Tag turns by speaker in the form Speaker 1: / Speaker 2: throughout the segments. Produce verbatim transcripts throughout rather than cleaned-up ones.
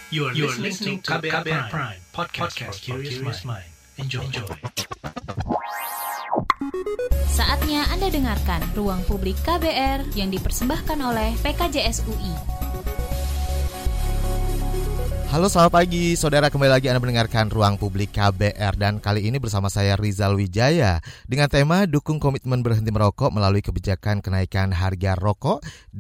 Speaker 1: You are listening to K B R Prime, podcast for curious mind. Enjoy. Enjoy.
Speaker 2: Saatnya Anda dengarkan Ruang Publik K B R yang dipersembahkan oleh P K J S U I.
Speaker 3: Halo, selamat pagi saudara, kembali lagi Anda mendengarkan Ruang Publik K B R. Dan kali ini bersama saya Rizal Wijaya dengan tema Dukung Komitmen Berhenti Merokok melalui kebijakan kenaikan harga rokok.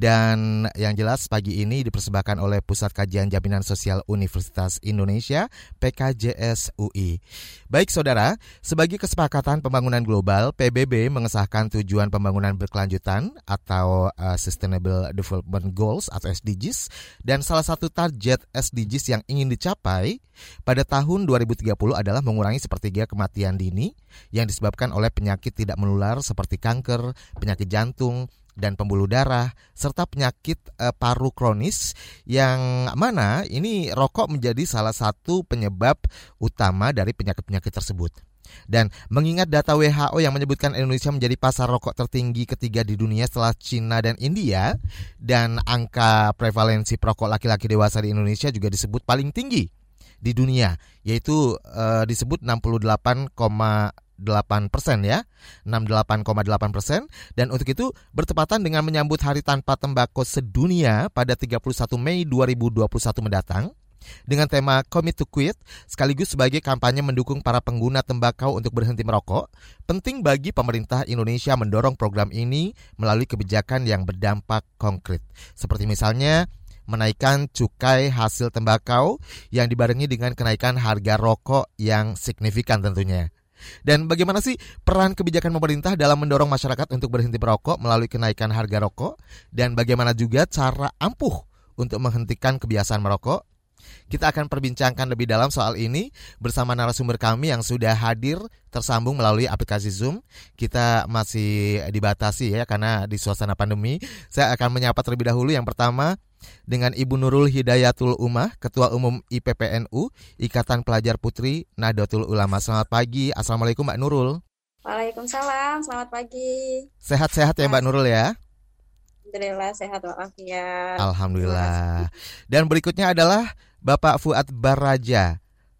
Speaker 3: Dan yang jelas pagi ini dipersembahkan oleh Pusat Kajian Jaminan Sosial Universitas Indonesia P K J S U I. Baik saudara, sebagai kesepakatan pembangunan global, P B B mengesahkan tujuan pembangunan berkelanjutan atau uh, Sustainable Development Goals atau S D Gs. Dan salah satu target S D Gs yang ingin dicapai pada tahun dua ribu tiga puluh adalah mengurangi sepertiga kematian dini yang disebabkan oleh penyakit tidak menular seperti kanker, penyakit jantung, dan pembuluh darah, serta penyakit e, paru kronis yang mana ini rokok menjadi salah satu penyebab utama dari penyakit-penyakit tersebut. Dan mengingat data W H O yang menyebutkan Indonesia menjadi pasar rokok tertinggi ketiga di dunia setelah Cina dan India, dan angka prevalensi perokok laki-laki dewasa di Indonesia juga disebut paling tinggi di dunia, yaitu uh, disebut enam puluh delapan koma delapan persen ya, enam puluh delapan koma delapan persen. Dan untuk itu bertepatan dengan menyambut Hari Tanpa Tembakau Sedunia pada tiga puluh satu Mei dua ribu dua puluh satu mendatang, dengan tema Commit to Quit, sekaligus sebagai kampanye mendukung para pengguna tembakau untuk berhenti merokok, penting bagi pemerintah Indonesia mendorong program ini melalui kebijakan yang berdampak konkret. Seperti misalnya menaikkan cukai hasil tembakau yang dibarengi dengan kenaikan harga rokok yang signifikan tentunya. Dan bagaimana sih peran kebijakan pemerintah dalam mendorong masyarakat untuk berhenti merokok melalui kenaikan harga rokok? Dan bagaimana juga cara ampuh untuk menghentikan kebiasaan merokok? Kita akan perbincangkan lebih dalam soal ini bersama narasumber kami yang sudah hadir tersambung melalui aplikasi Zoom. Kita masih dibatasi ya karena di suasana pandemi. Saya akan menyapa terlebih dahulu yang pertama dengan Ibu Nurul Hidayatul Umah, Ketua Umum I P P N U, Ikatan Pelajar Putri Nahdlatul Ulama. Selamat pagi. Assalamualaikum Mbak Nurul.
Speaker 4: Waalaikumsalam, selamat pagi.
Speaker 3: Sehat-sehat ya Mbak Nurul ya?
Speaker 4: Alhamdulillah sehat walafiat.
Speaker 3: Alhamdulillah. Dan berikutnya adalah Bapak Fuad Baraja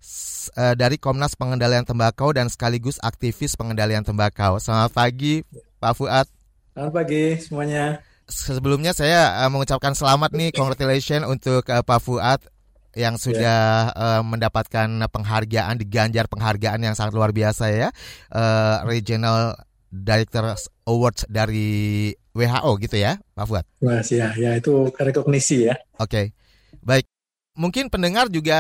Speaker 3: dari Komnas Pengendalian Tembakau dan sekaligus aktivis pengendalian tembakau. Selamat pagi Pak Fuad.
Speaker 5: Selamat pagi semuanya.
Speaker 3: Sebelumnya saya uh, mengucapkan selamat nih, congratulations untuk uh, Pak Fuad yang sudah yeah. uh, mendapatkan penghargaan, diganjar penghargaan yang sangat luar biasa ya, uh, Regional Director Awards dari W H O gitu ya Pak Fuad.
Speaker 5: Mas ya, ya itu rekognisi ya.
Speaker 3: Oke, okay. Baik. Mungkin pendengar juga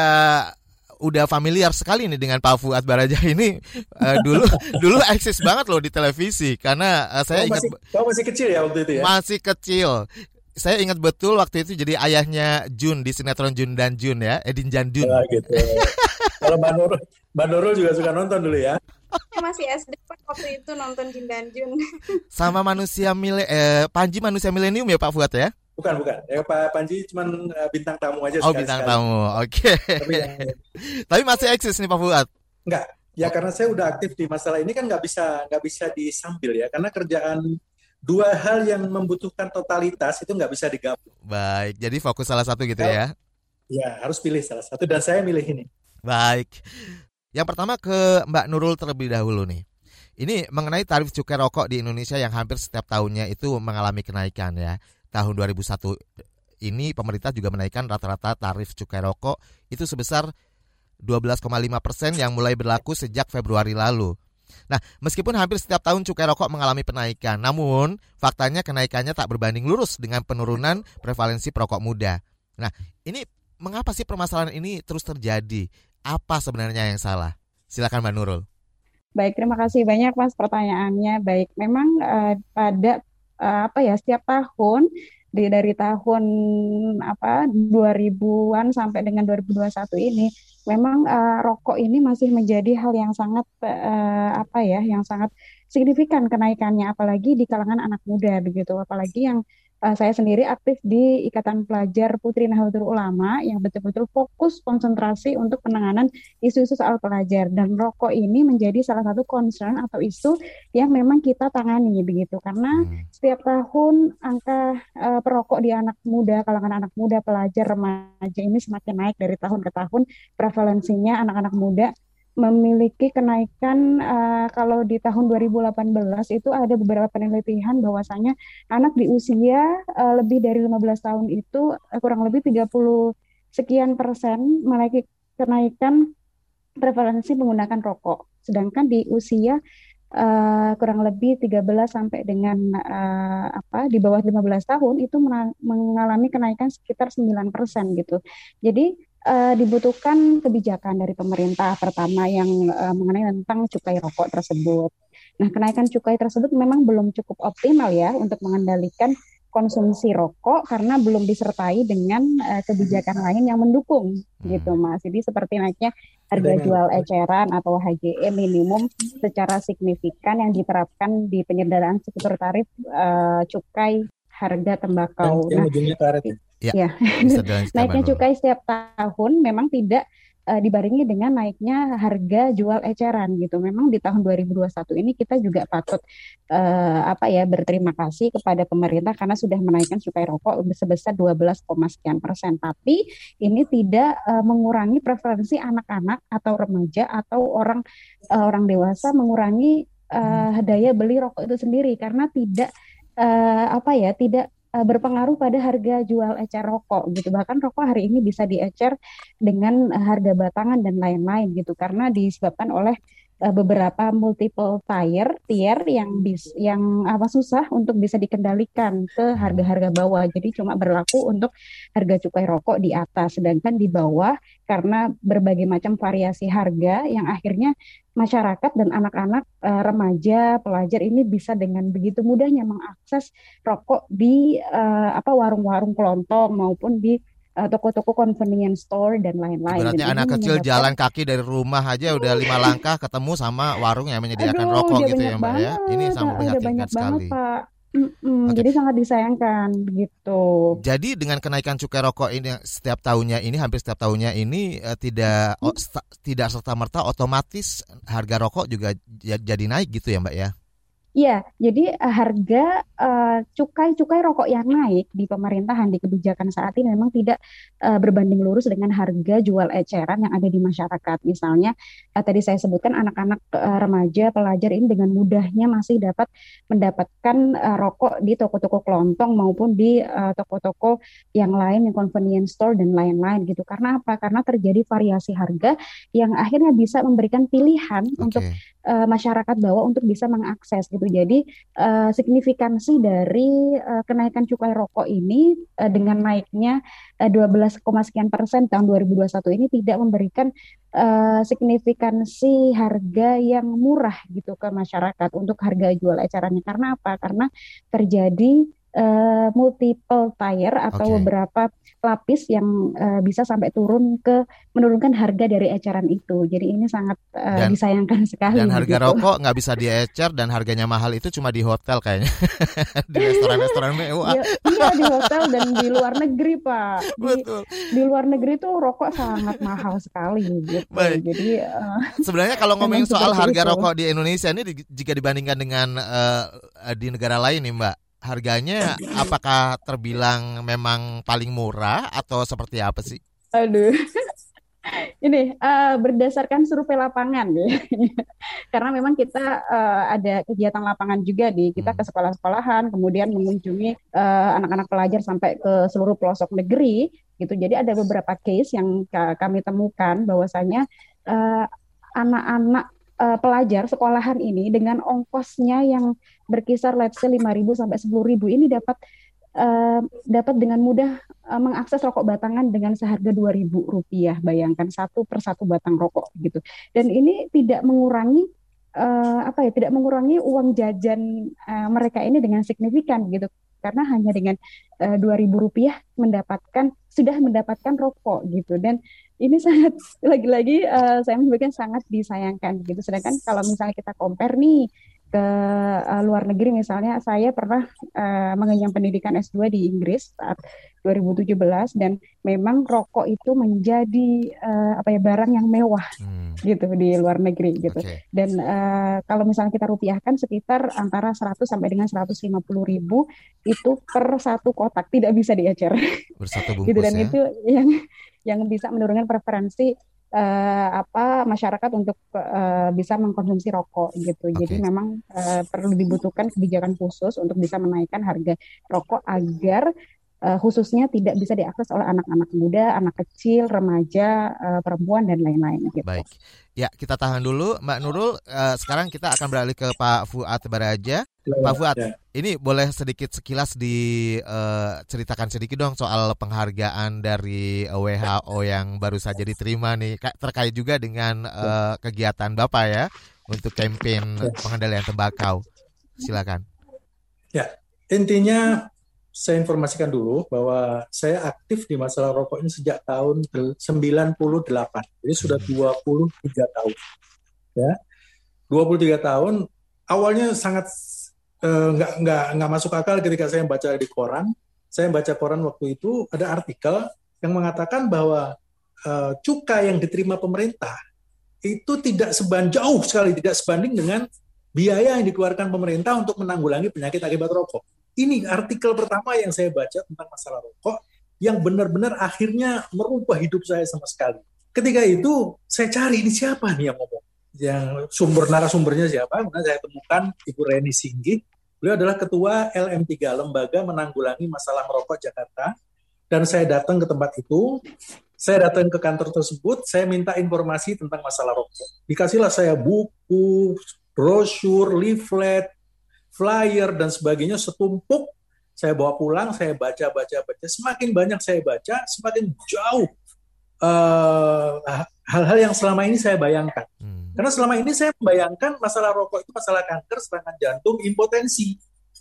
Speaker 3: udah familiar sekali nih dengan Pak Fuad Baraja ini. uh, dulu dulu eksis banget loh di televisi karena uh, saya
Speaker 5: kau
Speaker 3: ingat
Speaker 5: masih, kau masih kecil ya waktu itu ya.
Speaker 3: Masih kecil. Saya ingat betul waktu itu jadi ayahnya Jun di sinetron Jun dan Jun ya, Edin Jan Jun.
Speaker 5: Ya, gitu. Kalau Mbak Nurul, Mbak Nurul juga suka nonton dulu ya.
Speaker 4: Saya masih S D waktu itu nonton Jun dan Jun.
Speaker 3: Sama manusia mile eh, Panji manusia milenium ya Pak Fuad ya?
Speaker 5: Bukan, bukan. Ya, Pak Panji cuma bintang tamu aja.
Speaker 3: Oh, bintang tamu. Oke. Okay. Tapi, ya, Tapi masih eksis nih Pak Fuad?
Speaker 5: Enggak. Ya karena saya udah aktif di masalah ini kan nggak bisa nggak bisa disambil ya. Karena kerjaan dua hal yang membutuhkan totalitas itu nggak bisa digabung.
Speaker 3: Baik. Jadi fokus salah satu gitu ya?
Speaker 5: Ya harus pilih salah satu dan saya milih ini.
Speaker 3: Baik. Yang pertama ke Mbak Nurul terlebih dahulu nih. Ini mengenai tarif cukai rokok di Indonesia yang hampir setiap tahunnya itu mengalami kenaikan ya. Tahun dua ribu satu ini pemerintah juga menaikkan rata-rata tarif cukai rokok itu sebesar dua belas koma lima persen yang mulai berlaku sejak Februari lalu. Nah, meskipun hampir setiap tahun cukai rokok mengalami penaikan, namun faktanya kenaikannya tak berbanding lurus dengan penurunan prevalensi perokok muda. Nah, ini mengapa sih permasalahan ini terus terjadi? Apa sebenarnya yang salah? Silakan Mbak Nurul.
Speaker 6: Baik, terima kasih banyak Mas pertanyaannya. Baik, memang uh, pada uh, apa ya setiap tahun di dari tahun apa dua ribuan sampai dengan dua ribu dua puluh satu ini memang uh, rokok ini masih menjadi hal yang sangat uh, apa ya yang sangat signifikan kenaikannya, apalagi di kalangan anak muda begitu, apalagi yang Uh, saya sendiri aktif di Ikatan Pelajar Putri Nahdlatul Ulama yang betul-betul fokus konsentrasi untuk penanganan isu-isu soal pelajar, dan rokok ini menjadi salah satu concern atau isu yang memang kita tangani begitu, karena
Speaker 3: Hmm.
Speaker 6: setiap tahun angka uh, perokok di anak muda, kalangan anak muda, pelajar, remaja ini semakin naik dari tahun ke tahun. Prevalensinya anak-anak muda memiliki kenaikan, uh, kalau di tahun dua ribu delapan belas itu ada beberapa penelitian bahwasanya anak di usia uh, lebih dari lima belas tahun itu uh, kurang lebih tiga puluh sekian persen memiliki kenaikan prevalensi menggunakan rokok. Sedangkan di usia uh, kurang lebih tiga belas sampai dengan uh, apa di bawah lima belas tahun itu mena- mengalami kenaikan sekitar sembilan persen gitu. Jadi Uh, dibutuhkan kebijakan dari pemerintah pertama yang uh, mengenai tentang cukai rokok tersebut. Nah, kenaikan cukai tersebut memang belum cukup optimal ya untuk mengendalikan konsumsi rokok karena belum disertai dengan uh, kebijakan lain yang mendukung
Speaker 3: Hmm.
Speaker 6: gitu Mas. Jadi seperti naiknya harga
Speaker 5: Dengan
Speaker 6: jual eceran atau H G E minimum secara signifikan yang diterapkan di penyederhanaan struktur tarif uh, cukai harga
Speaker 5: yang,
Speaker 6: tembakau.
Speaker 5: yang
Speaker 6: Nah,
Speaker 5: ujungnya karet ya.
Speaker 3: Ya,
Speaker 6: ya,
Speaker 3: bisa dilanjutkan Mbak
Speaker 6: naiknya
Speaker 3: Nurul.
Speaker 6: cukai setiap tahun memang tidak uh, dibarengi dengan naiknya harga jual eceran gitu. Memang di tahun dua ribu dua puluh satu ini kita juga patut uh, apa ya berterima kasih kepada pemerintah karena sudah menaikkan cukai rokok sebesar dua belas, sekian persen. Tapi ini tidak uh, mengurangi preferensi anak-anak atau remaja atau orang uh, orang dewasa mengurangi uh, daya beli rokok itu sendiri karena tidak uh, apa ya tidak uh, berpengaruh pada harga jual ecer rokok gitu. Bahkan rokok hari ini bisa diecer dengan uh, harga batangan dan lain-lain gitu karena disebabkan oleh uh, beberapa multiple tier tier yang bis yang apa susah untuk bisa dikendalikan ke harga-harga bawah. Jadi cuma berlaku untuk harga cukai rokok di atas, sedangkan di bawah karena berbagai macam variasi harga yang akhirnya masyarakat dan anak-anak, uh, remaja, pelajar ini bisa dengan begitu mudahnya mengakses rokok di uh, apa warung-warung kelontong maupun di uh, toko-toko convenience store dan lain-lain. Dan
Speaker 3: Ibaratnya
Speaker 6: ini
Speaker 3: anak kecil
Speaker 6: menyebabkan,
Speaker 3: jalan kaki dari rumah aja udah lima langkah ketemu sama warung yang menyediakan
Speaker 6: aduh,
Speaker 3: rokok
Speaker 6: udah
Speaker 3: gitu
Speaker 6: banyak
Speaker 3: ya Mbak ya. Ini
Speaker 6: banget,
Speaker 3: sangat
Speaker 6: uh, udah
Speaker 3: memprihatinkan
Speaker 6: banyak banget
Speaker 3: sekali.
Speaker 6: Pak. Mm-mm,
Speaker 3: Oke.
Speaker 6: jadi sangat disayangkan begitu.
Speaker 3: Jadi dengan kenaikan cukai rokok ini setiap tahunnya ini hampir setiap tahunnya ini eh, tidak o- sta- tidak serta-merta otomatis harga rokok juga j- jadi naik gitu ya Mbak ya.
Speaker 6: Iya, jadi uh, harga uh, cukai-cukai rokok yang naik di pemerintahan, di kebijakan saat ini memang tidak uh, berbanding lurus dengan harga jual eceran yang ada di masyarakat. Misalnya, uh, tadi saya sebutkan anak-anak uh, remaja, pelajar ini dengan mudahnya masih dapat mendapatkan uh, rokok di toko-toko kelontong maupun di uh, toko-toko yang lain, yang convenience store dan lain-lain gitu. Karena apa? Karena terjadi variasi harga yang akhirnya bisa memberikan pilihan untuk
Speaker 3: Oke.
Speaker 6: uh, masyarakat bawah untuk bisa mengakses gitu. Jadi uh, signifikansi dari uh, kenaikan cukai rokok ini uh, dengan naiknya uh, dua belas, sekian persen tahun dua ribu dua puluh satu ini tidak memberikan uh, signifikansi harga yang murah gitu ke masyarakat untuk harga jual ecerannya. Karena apa? Karena terjadi uh, multiple tier atau
Speaker 3: Oke.
Speaker 6: beberapa lapis yang uh, bisa sampai turun ke menurunkan harga dari eceran itu. Jadi ini sangat uh,
Speaker 3: Dan
Speaker 6: disayangkan sekali
Speaker 3: dan harga
Speaker 6: begitu.
Speaker 3: rokok nggak bisa diecer dan harganya mahal itu cuma di hotel kayaknya. Di restoran-restoran mewah.
Speaker 6: Iya, iya di hotel dan di luar negeri Pak. Di
Speaker 3: Betul.
Speaker 6: di luar negeri tuh rokok sangat mahal sekali gitu.
Speaker 3: Baik.
Speaker 6: Jadi uh,
Speaker 3: Sebenarnya kalau
Speaker 6: memang
Speaker 3: ngomongin soal
Speaker 6: seperti
Speaker 3: harga
Speaker 6: itu.
Speaker 3: rokok di Indonesia ini di- jika dibandingkan dengan eh, eh, di negara lain nih Mbak, harganya apakah terbilang memang paling murah atau seperti apa sih?
Speaker 6: Aduh. Ini uh, berdasarkan survei lapangan ya. Karena memang kita uh, ada kegiatan lapangan juga di kita ke
Speaker 3: Hmm.
Speaker 6: sekolah-sekolahan, kemudian mengunjungi uh, anak-anak pelajar sampai ke seluruh pelosok negeri gitu. Jadi ada beberapa case yang ka- kami temukan bahwasanya uh, anak-anak uh, pelajar sekolahan ini dengan ongkosnya yang berkisar let's say lima ribu sampai sepuluh ribu ini dapat uh, dapat dengan mudah uh, mengakses rokok batangan dengan seharga dua ribu rupiah. Bayangkan satu per satu batang rokok gitu. Dan ini tidak mengurangi uh, apa ya, tidak mengurangi uang jajan uh, mereka ini dengan signifikan gitu. Karena hanya dengan uh, dua ribu rupiah mendapatkan sudah mendapatkan rokok gitu. Dan ini sangat lagi-lagi uh, saya menyebutkan sangat disayangkan gitu. Sedangkan kalau misalnya kita compare nih ke uh, luar negeri, misalnya saya pernah uh, mengenyam pendidikan S dua di Inggris saat dua ribu tujuh belas, dan memang rokok itu menjadi uh, apa ya barang yang mewah hmm. gitu di luar negeri gitu. Okay. Dan uh, kalau misalnya kita rupiahkan sekitar antara seratus sampai dengan seratus lima puluh ribu itu per satu kotak, tidak bisa diecer.
Speaker 3: Bersatu bungkus
Speaker 6: gitu, dan
Speaker 3: ya.
Speaker 6: itu yang yang bisa menurunkan preferensi Uh, apa masyarakat untuk uh, bisa mengkonsumsi rokok gitu. Okay. Jadi memang uh, perlu dibutuhkan kebijakan khusus untuk bisa menaikkan harga rokok agar uh, khususnya tidak bisa diakses oleh anak-anak muda, anak kecil, remaja, uh, perempuan dan lain-lain gitu.
Speaker 3: Baik. Ya, kita tahan dulu Mbak Nurul. Uh, sekarang kita akan beralih ke Pak Fuad Baraja. Ya, Pak Fuad, ya. Ini boleh sedikit sekilas diceritakan uh, sedikit dong soal penghargaan dari W H O yang baru saja diterima nih, terkait juga dengan uh, kegiatan Bapak ya untuk kampanye ya. pengendalian tembakau. Silakan.
Speaker 5: Ya, intinya saya informasikan dulu bahwa saya aktif di masalah rokok ini sejak tahun sembilan puluh delapan. Jadi sudah dua puluh tiga tahun. Ya. dua puluh tiga tahun awalnya sangat eh, nggak nggak nggak masuk akal ketika saya baca di koran. Saya baca koran waktu itu ada artikel yang mengatakan bahwa eh, cukai yang diterima pemerintah itu tidak seban jauh sekali tidak sebanding dengan biaya yang dikeluarkan pemerintah untuk menanggulangi penyakit akibat rokok. Ini artikel pertama yang saya baca tentang masalah rokok yang benar-benar akhirnya merubah hidup saya sama sekali. Ketika itu saya cari ini siapa nih yang ngomong, yang sumber narasumbernya siapa? Kemudian saya temukan Ibu Reni Singgi. Beliau adalah Ketua L M tiga, Lembaga Menanggulangi Masalah Merokok Jakarta. Dan saya datang ke tempat itu, saya datang ke kantor tersebut, saya minta informasi tentang masalah rokok. Dikasihlah saya buku, brosur, leaflet, flyer dan sebagainya setumpuk. Saya bawa pulang, saya baca, baca, baca. Semakin banyak saya baca, semakin jauh uh, hal-hal yang selama ini saya bayangkan. Hmm. Karena selama ini saya membayangkan masalah rokok itu masalah kanker, serangan jantung, impotensi.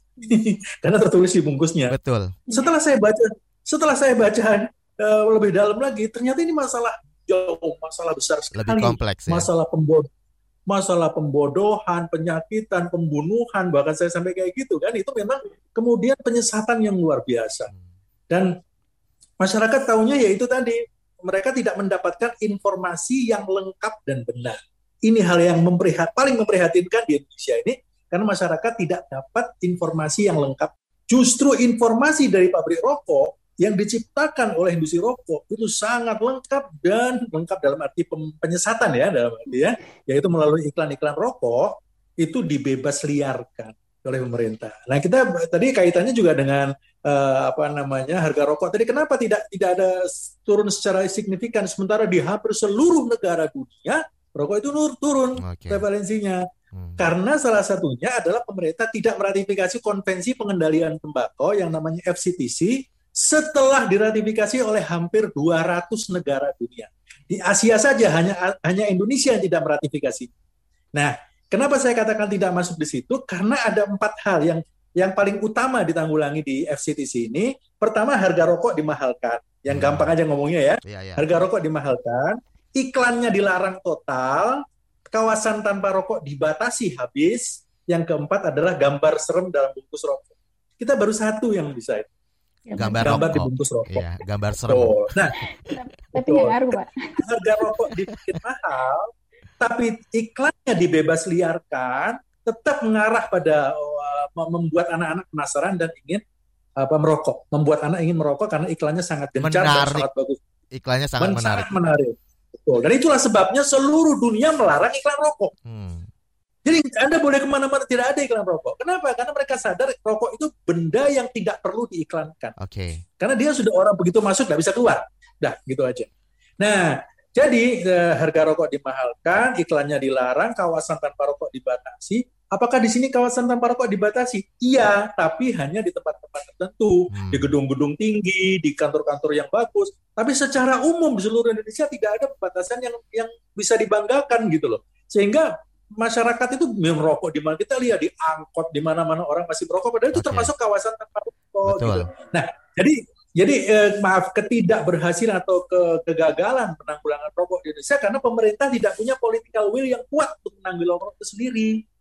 Speaker 5: Karena tertulis di bungkusnya.
Speaker 3: Betul.
Speaker 5: Setelah saya baca, setelah saya baca uh, lebih dalam lagi, ternyata ini masalah jauh, masalah besar sekali.
Speaker 3: Lebih kompleks ya. Masalah
Speaker 5: pembodohan. Masalah pembodohan, penyakitan, pembunuhan, bahkan saya sampai kayak gitu kan, itu memang kemudian penyesatan yang luar biasa. Dan masyarakat tahunya ya itu tadi, mereka tidak mendapatkan informasi yang lengkap dan benar. Ini hal yang memprihat, paling memprihatinkan di Indonesia ini, karena masyarakat tidak dapat informasi yang lengkap. Justru informasi dari pabrik rokok yang diciptakan oleh industri rokok itu sangat lengkap dan lengkap dalam arti penyesatan ya, dalam arti ya, yaitu melalui iklan-iklan rokok itu dibebas liarkan oleh pemerintah. Nah kita tadi kaitannya juga dengan uh, apa namanya harga rokok. Tadi kenapa tidak tidak ada turun secara signifikan sementara di hampir seluruh negara dunia rokok itu turun okay. prevalensinya. Hmm. Karena salah satunya adalah pemerintah tidak meratifikasi konvensi pengendalian tembakau yang namanya F C T C setelah diratifikasi oleh hampir dua ratus negara dunia. Di Asia saja hanya hanya Indonesia yang tidak meratifikasi. Nah, kenapa saya katakan tidak masuk di situ? Karena ada empat hal yang yang paling utama ditanggulangi di F C T C ini. Pertama, harga rokok dimahalkan. Yang hmm. gampang aja ngomongnya ya. Ya, ya. Harga rokok dimahalkan, iklannya dilarang total, kawasan tanpa rokok dibatasi habis. Yang keempat adalah gambar serem dalam bungkus rokok. Kita baru satu yang bisa itu.
Speaker 3: Gambar,
Speaker 5: gambar
Speaker 3: rokok.
Speaker 5: dibungkus rokok.
Speaker 3: Iya, gambar serem.
Speaker 5: Oh, nah,
Speaker 6: tapi nggak ngaruh, Pak.
Speaker 5: Harga rokok dibikin mahal, tapi iklannya dibebas liarkan, tetap mengarah pada uh, membuat anak-anak penasaran dan ingin apa merokok, membuat anak ingin merokok karena iklannya sangat gencar dan sangat bagus.
Speaker 3: Iklannya sangat
Speaker 5: dan
Speaker 3: menarik.
Speaker 5: Sangat menarik. Betul. Dan itulah sebabnya seluruh dunia melarang iklan rokok. Hmm. Jadi Anda boleh kemana-mana tidak ada iklan rokok. Kenapa? Karena mereka sadar rokok itu benda yang tidak perlu diiklankan.
Speaker 3: Oke. Okay.
Speaker 5: Karena dia sudah orang begitu masuk nggak bisa keluar. Dah gitu aja. Nah, jadi eh, harga rokok dimahalkan, iklannya dilarang, kawasan tanpa rokok dibatasi. Apakah di sini kawasan tanpa rokok dibatasi? Iya, tapi hanya di tempat-tempat tertentu, hmm. di gedung-gedung tinggi, di kantor-kantor yang bagus. Tapi secara umum di seluruh Indonesia tidak ada pembatasan yang yang bisa dibanggakan gitu loh. Sehingga masyarakat itu merokok di mana kita lihat di angkot di mana-mana orang masih merokok padahal itu okay. termasuk kawasan tanpa rokok gitu. Nah, jadi jadi eh, maaf ketidakberhasilan atau ke, kegagalan penanggulangan rokok di Indonesia karena pemerintah tidak punya political will yang kuat untuk menanggulangi rokok itu sendiri.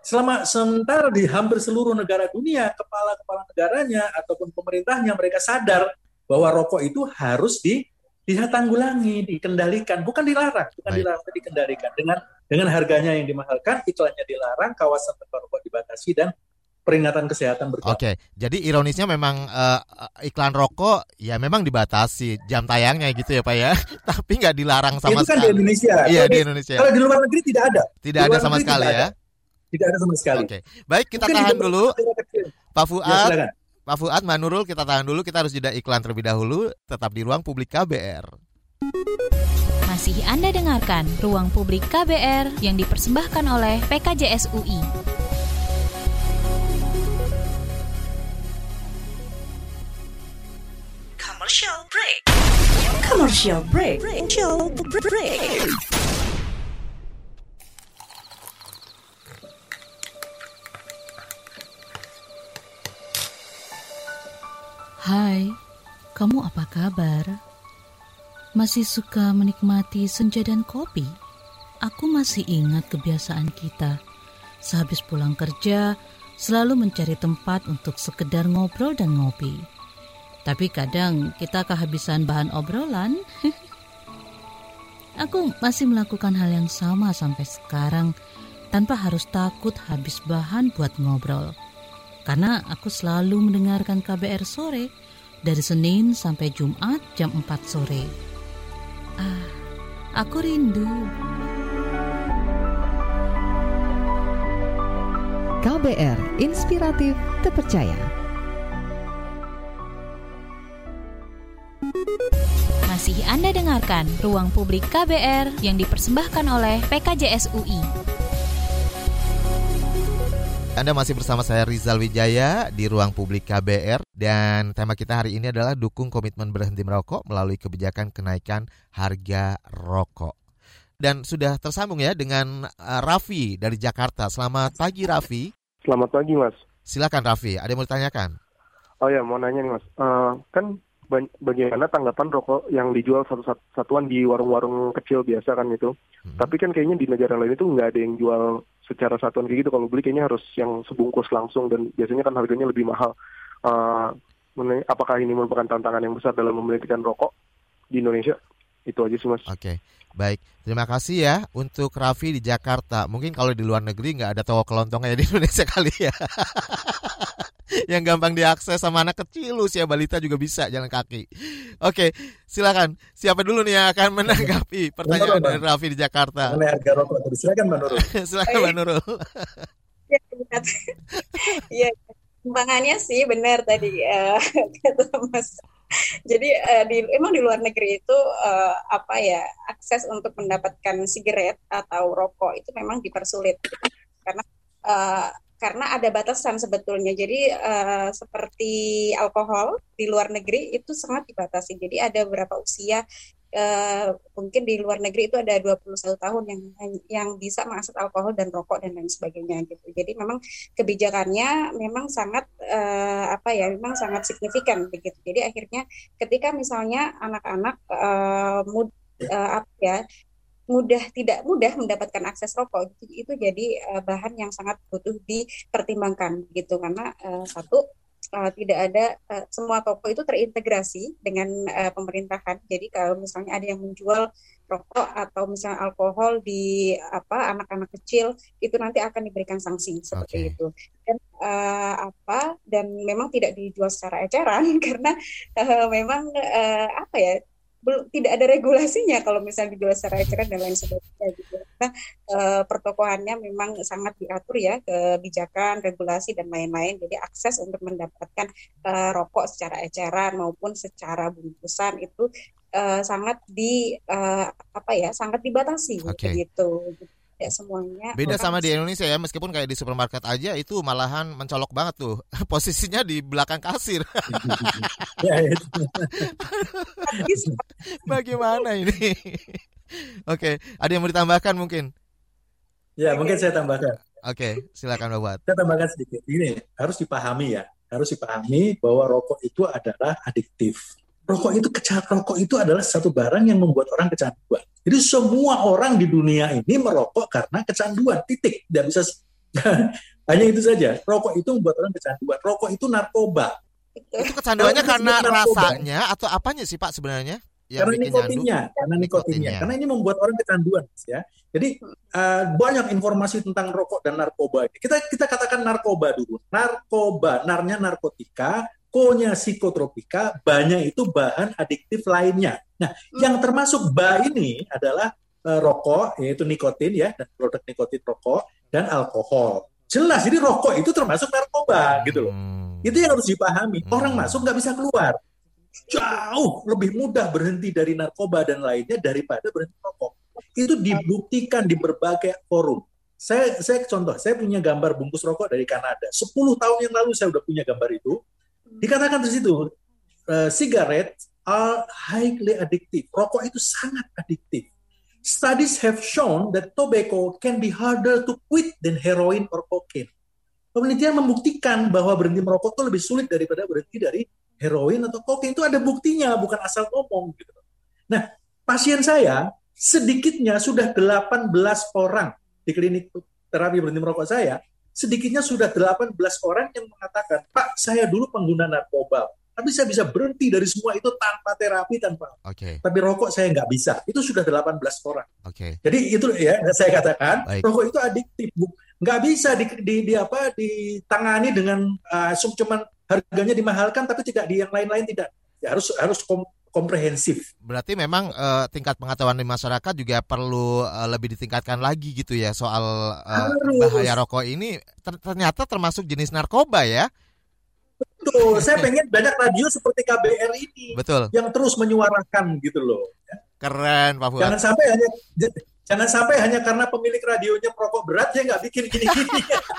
Speaker 5: Selama sementara di hampir seluruh negara dunia, kepala-kepala negaranya ataupun pemerintahnya mereka sadar bahwa rokok itu harus di ditanggulangi, dikendalikan, bukan dilarang, bukan
Speaker 3: Baik.
Speaker 5: dilarang, tapi dikendalikan dengan dengan harganya yang dimahalkan, iklannya dilarang, kawasan tempat rokok dibatasi dan peringatan kesehatan berkala.
Speaker 3: Oke, jadi ironisnya memang uh, iklan rokok ya memang dibatasi jam tayangnya gitu ya Pak ya, tapi nggak dilarang sama
Speaker 5: itu kan
Speaker 3: sekali.
Speaker 5: di Indonesia.
Speaker 3: Iya
Speaker 5: Kalau
Speaker 3: di Indonesia.
Speaker 5: Kalau di luar negeri tidak ada.
Speaker 3: Tidak
Speaker 5: Di
Speaker 3: ada
Speaker 5: luar
Speaker 3: sama
Speaker 5: negeri
Speaker 3: sekali
Speaker 5: tidak
Speaker 3: ya.
Speaker 5: ada. Tidak ada sama sekali.
Speaker 3: Oke, baik kita
Speaker 5: Mungkin
Speaker 3: tahan
Speaker 5: itu
Speaker 3: dulu,
Speaker 5: daerah kecil.
Speaker 3: Pak
Speaker 5: Ya,
Speaker 3: Fuad.
Speaker 5: silakan.
Speaker 3: Pak Fuad, Mbak Nurul, kita tahan dulu. Kita harus jeda iklan terlebih dahulu. Tetap di Ruang Publik K B R.
Speaker 2: Masih Anda dengarkan Ruang Publik K B R yang dipersembahkan oleh P K J S U I.
Speaker 7: Commercial break. Commercial break. Commercial break.
Speaker 8: Hai, kamu apa kabar? Masih suka menikmati senja dan kopi? Aku masih ingat kebiasaan kita. Sehabis pulang kerja, selalu mencari tempat untuk sekedar ngobrol dan ngopi. Tapi kadang kita kehabisan bahan obrolan. Aku masih melakukan hal yang sama sampai sekarang, tanpa harus takut habis bahan buat ngobrol. Karena aku selalu mendengarkan K B R Sore dari Senin sampai Jumat jam empat sore. Ah, aku rindu.
Speaker 9: K B R Inspiratif Terpercaya.
Speaker 2: Masih Anda dengarkan Ruang Publik K B R yang dipersembahkan oleh P K J S U I.
Speaker 3: Anda masih bersama saya Rizal Wijaya di Ruang Publik K B R dan tema kita hari ini adalah dukung komitmen berhenti merokok melalui kebijakan kenaikan harga rokok. Dan sudah tersambung ya dengan uh, Raffi dari Jakarta. Selamat pagi Raffi.
Speaker 10: Selamat pagi Mas.
Speaker 3: Silakan Raffi, ada yang mau ditanyakan?
Speaker 10: Oh ya, mau nanya nih Mas. Uh, kan bagaimana tanggapan rokok yang dijual satu-satuan di warung-warung kecil biasa kan itu. Hmm. Tapi kan kayaknya di negara lain itu nggak ada yang jual secara satuan kayak gitu. Kalau beli kayaknya harus yang sebungkus langsung dan biasanya kan harganya lebih mahal. Uh, apakah ini merupakan tantangan yang besar dalam memberhentikan rokok di Indonesia? Itu aja sih Mas.
Speaker 3: Oke, baik. Terima kasih ya untuk Raffi di Jakarta. Mungkin kalau di luar negeri nggak ada toko kelontongnya di Indonesia kali ya. Yang gampang diakses sama anak kecil, usia balita juga bisa jalan kaki. Oke, silakan. Siapa dulu nih yang akan menanggapi pertanyaan dari Raffi di Jakarta?
Speaker 5: Mengenai harga rokok tadi. Silakan Mbak Nurul.
Speaker 3: Silakan Mbak Nurul.
Speaker 4: Ya, iya, kembangannya sih benar tadi uh, kata Mas. Jadi uh, di, emang di luar negeri itu uh, apa ya akses untuk mendapatkan sigaret atau rokok itu memang dipersulit karena uh, karena ada batasan sebetulnya. Jadi uh, seperti alkohol di luar negeri itu sangat dibatasi. Jadi ada beberapa usia uh, mungkin di luar negeri itu ada dua puluh satu tahun yang yang bisa mengakses alkohol dan rokok dan lain sebagainya gitu. Jadi memang kebijakannya memang sangat uh, apa ya memang sangat signifikan begitu. Jadi akhirnya ketika misalnya anak-anak uh, mud, uh, apa ya mudah tidak mudah mendapatkan akses rokok itu, itu jadi uh, bahan yang sangat butuh dipertimbangkan gitu karena uh, satu uh, tidak ada uh, semua toko itu terintegrasi dengan uh, pemerintahan. Jadi kalau misalnya ada yang menjual rokok atau misalnya alkohol di apa anak-anak kecil itu nanti akan diberikan sanksi seperti okay. itu. Dan uh, apa dan memang tidak dijual secara eceran karena uh, memang uh, apa ya belum tidak ada regulasinya kalau misalnya dijual secara eceran dan lain sebagainya gitu. Nah, e, pertokohannya memang sangat diatur ya kebijakan, regulasi dan lain-lain. Jadi akses untuk mendapatkan e, rokok secara eceran maupun secara bungkusan itu e, sangat di e, apa ya sangat dibatasi
Speaker 3: okay.
Speaker 4: gitu. Ya semuanya.
Speaker 3: Beda sama di Indonesia ya, meskipun kayak di supermarket aja itu malahan mencolok banget tuh. Posisinya di belakang kasir. Bagaimana ini? Oke, ada yang mau ditambahkan mungkin?
Speaker 5: Ya, mungkin saya tambahkan.
Speaker 3: Oke, silakan Bapak.
Speaker 5: Saya tambahkan sedikit. Ini harus dipahami ya, harus dipahami bahwa rokok itu adalah adiktif. Rokok itu rokok itu adalah satu barang yang membuat orang kecanduan. Jadi semua orang di dunia ini merokok karena kecanduan, titik. Tidak bisa Hanya itu saja. Rokok itu membuat orang kecanduan. Rokok itu narkoba.
Speaker 3: Itu kecanduannya
Speaker 5: Kalau
Speaker 3: karena
Speaker 5: disebut narkoba,
Speaker 3: rasanya atau apanya sih Pak sebenarnya? Yang
Speaker 5: karena
Speaker 3: bikin
Speaker 5: nikotinnya,
Speaker 3: nyandu?
Speaker 5: karena nikotinnya.
Speaker 3: Nikotinnya.
Speaker 5: Karena ini membuat orang kecanduan, ya. Jadi uh, banyak informasi tentang rokok dan narkoba. Kita kita katakan narkoba dulu. Narkoba, narnya narkotika, ko-nya psikotropika, ba-nya itu bahan adiktif lainnya. Nah, hmm. yang termasuk ba ini adalah uh, rokok, yaitu nikotin ya, dan produk nikotin rokok dan alkohol. Jelas, jadi rokok itu termasuk narkoba, hmm. gitu loh. Itu yang harus dipahami. Orang hmm. masuk nggak bisa keluar. Jauh lebih mudah berhenti dari narkoba dan lainnya daripada berhenti rokok. Itu dibuktikan di berbagai forum. Saya, saya contoh, saya punya gambar bungkus rokok dari Kanada. sepuluh tahun yang lalu saya udah punya gambar itu. Dikatakan di situ, uh, cigarettes are highly addictive. Rokok itu sangat adiktif. Studies have shown that tobacco can be harder to quit than heroin or cocaine. Penelitian membuktikan bahwa berhenti merokok itu lebih sulit daripada berhenti dari heroin atau kokain. Itu ada buktinya, bukan asal ngomong gitu. Nah, pasien saya sedikitnya sudah delapan belas orang di klinik terapi berhenti merokok saya, sedikitnya sudah delapan belas orang yang mengatakan, Pak, saya dulu pengguna narkoba, tapi saya bisa berhenti dari semua itu tanpa terapi, tanpa.
Speaker 3: Okay.
Speaker 5: Tapi rokok saya nggak bisa. Itu sudah delapan belas orang.
Speaker 3: Okay.
Speaker 5: Jadi itu ya saya katakan,
Speaker 3: Baik.
Speaker 5: rokok itu adiktif, nggak bisa di, di, di apa ditangani dengan uh, cuman harganya dimahalkan, tapi tidak di yang lain-lain tidak. Ya, harus harus kom, komprehensif.
Speaker 3: Berarti memang uh, tingkat pengetahuan di masyarakat juga perlu uh, lebih ditingkatkan lagi gitu ya soal uh, bahaya rokok ini. Ter- ternyata termasuk jenis narkoba ya.
Speaker 5: Betul. Saya pengen banyak radio seperti K B R ini.
Speaker 3: Betul.
Speaker 5: Yang terus menyuarakan gitu loh.
Speaker 3: Keren Pak Fuad.
Speaker 5: Jangan sampai hanya jangan sampai hanya karena pemilik radionya perokok berat dia nggak bikin gini-gini.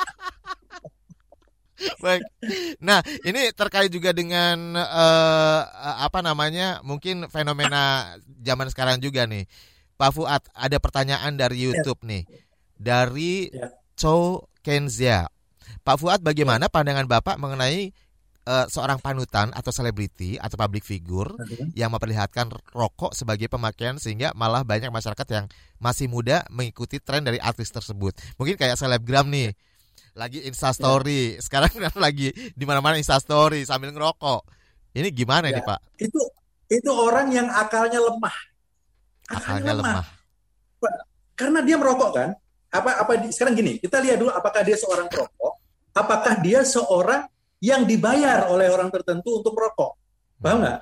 Speaker 3: Baik. Nah, ini terkait juga dengan uh, apa namanya? Mungkin fenomena zaman sekarang juga nih. Pak Fuad, ada pertanyaan dari YouTube ya. nih. Dari ya. Cho Kenzia. Pak Fuad, bagaimana pandangan Bapak mengenai uh, seorang panutan atau selebriti atau public figure uh-huh. yang memperlihatkan rokok sebagai pemakaian sehingga malah banyak masyarakat yang masih muda mengikuti tren dari artis tersebut. Mungkin kayak selebgram nih. Lagi Instastory, ya. Sekarang kan lagi di mana-mana Instastory sambil ngerokok. Ini gimana ya. nih Pak?
Speaker 5: Itu itu orang yang akalnya lemah.
Speaker 3: Akalnya, akalnya lemah.
Speaker 5: lemah. Karena dia merokok kan? Apa apa di, sekarang gini, kita lihat dulu apakah dia seorang perokok, apakah dia seorang yang dibayar oleh orang tertentu untuk merokok. Paham nggak?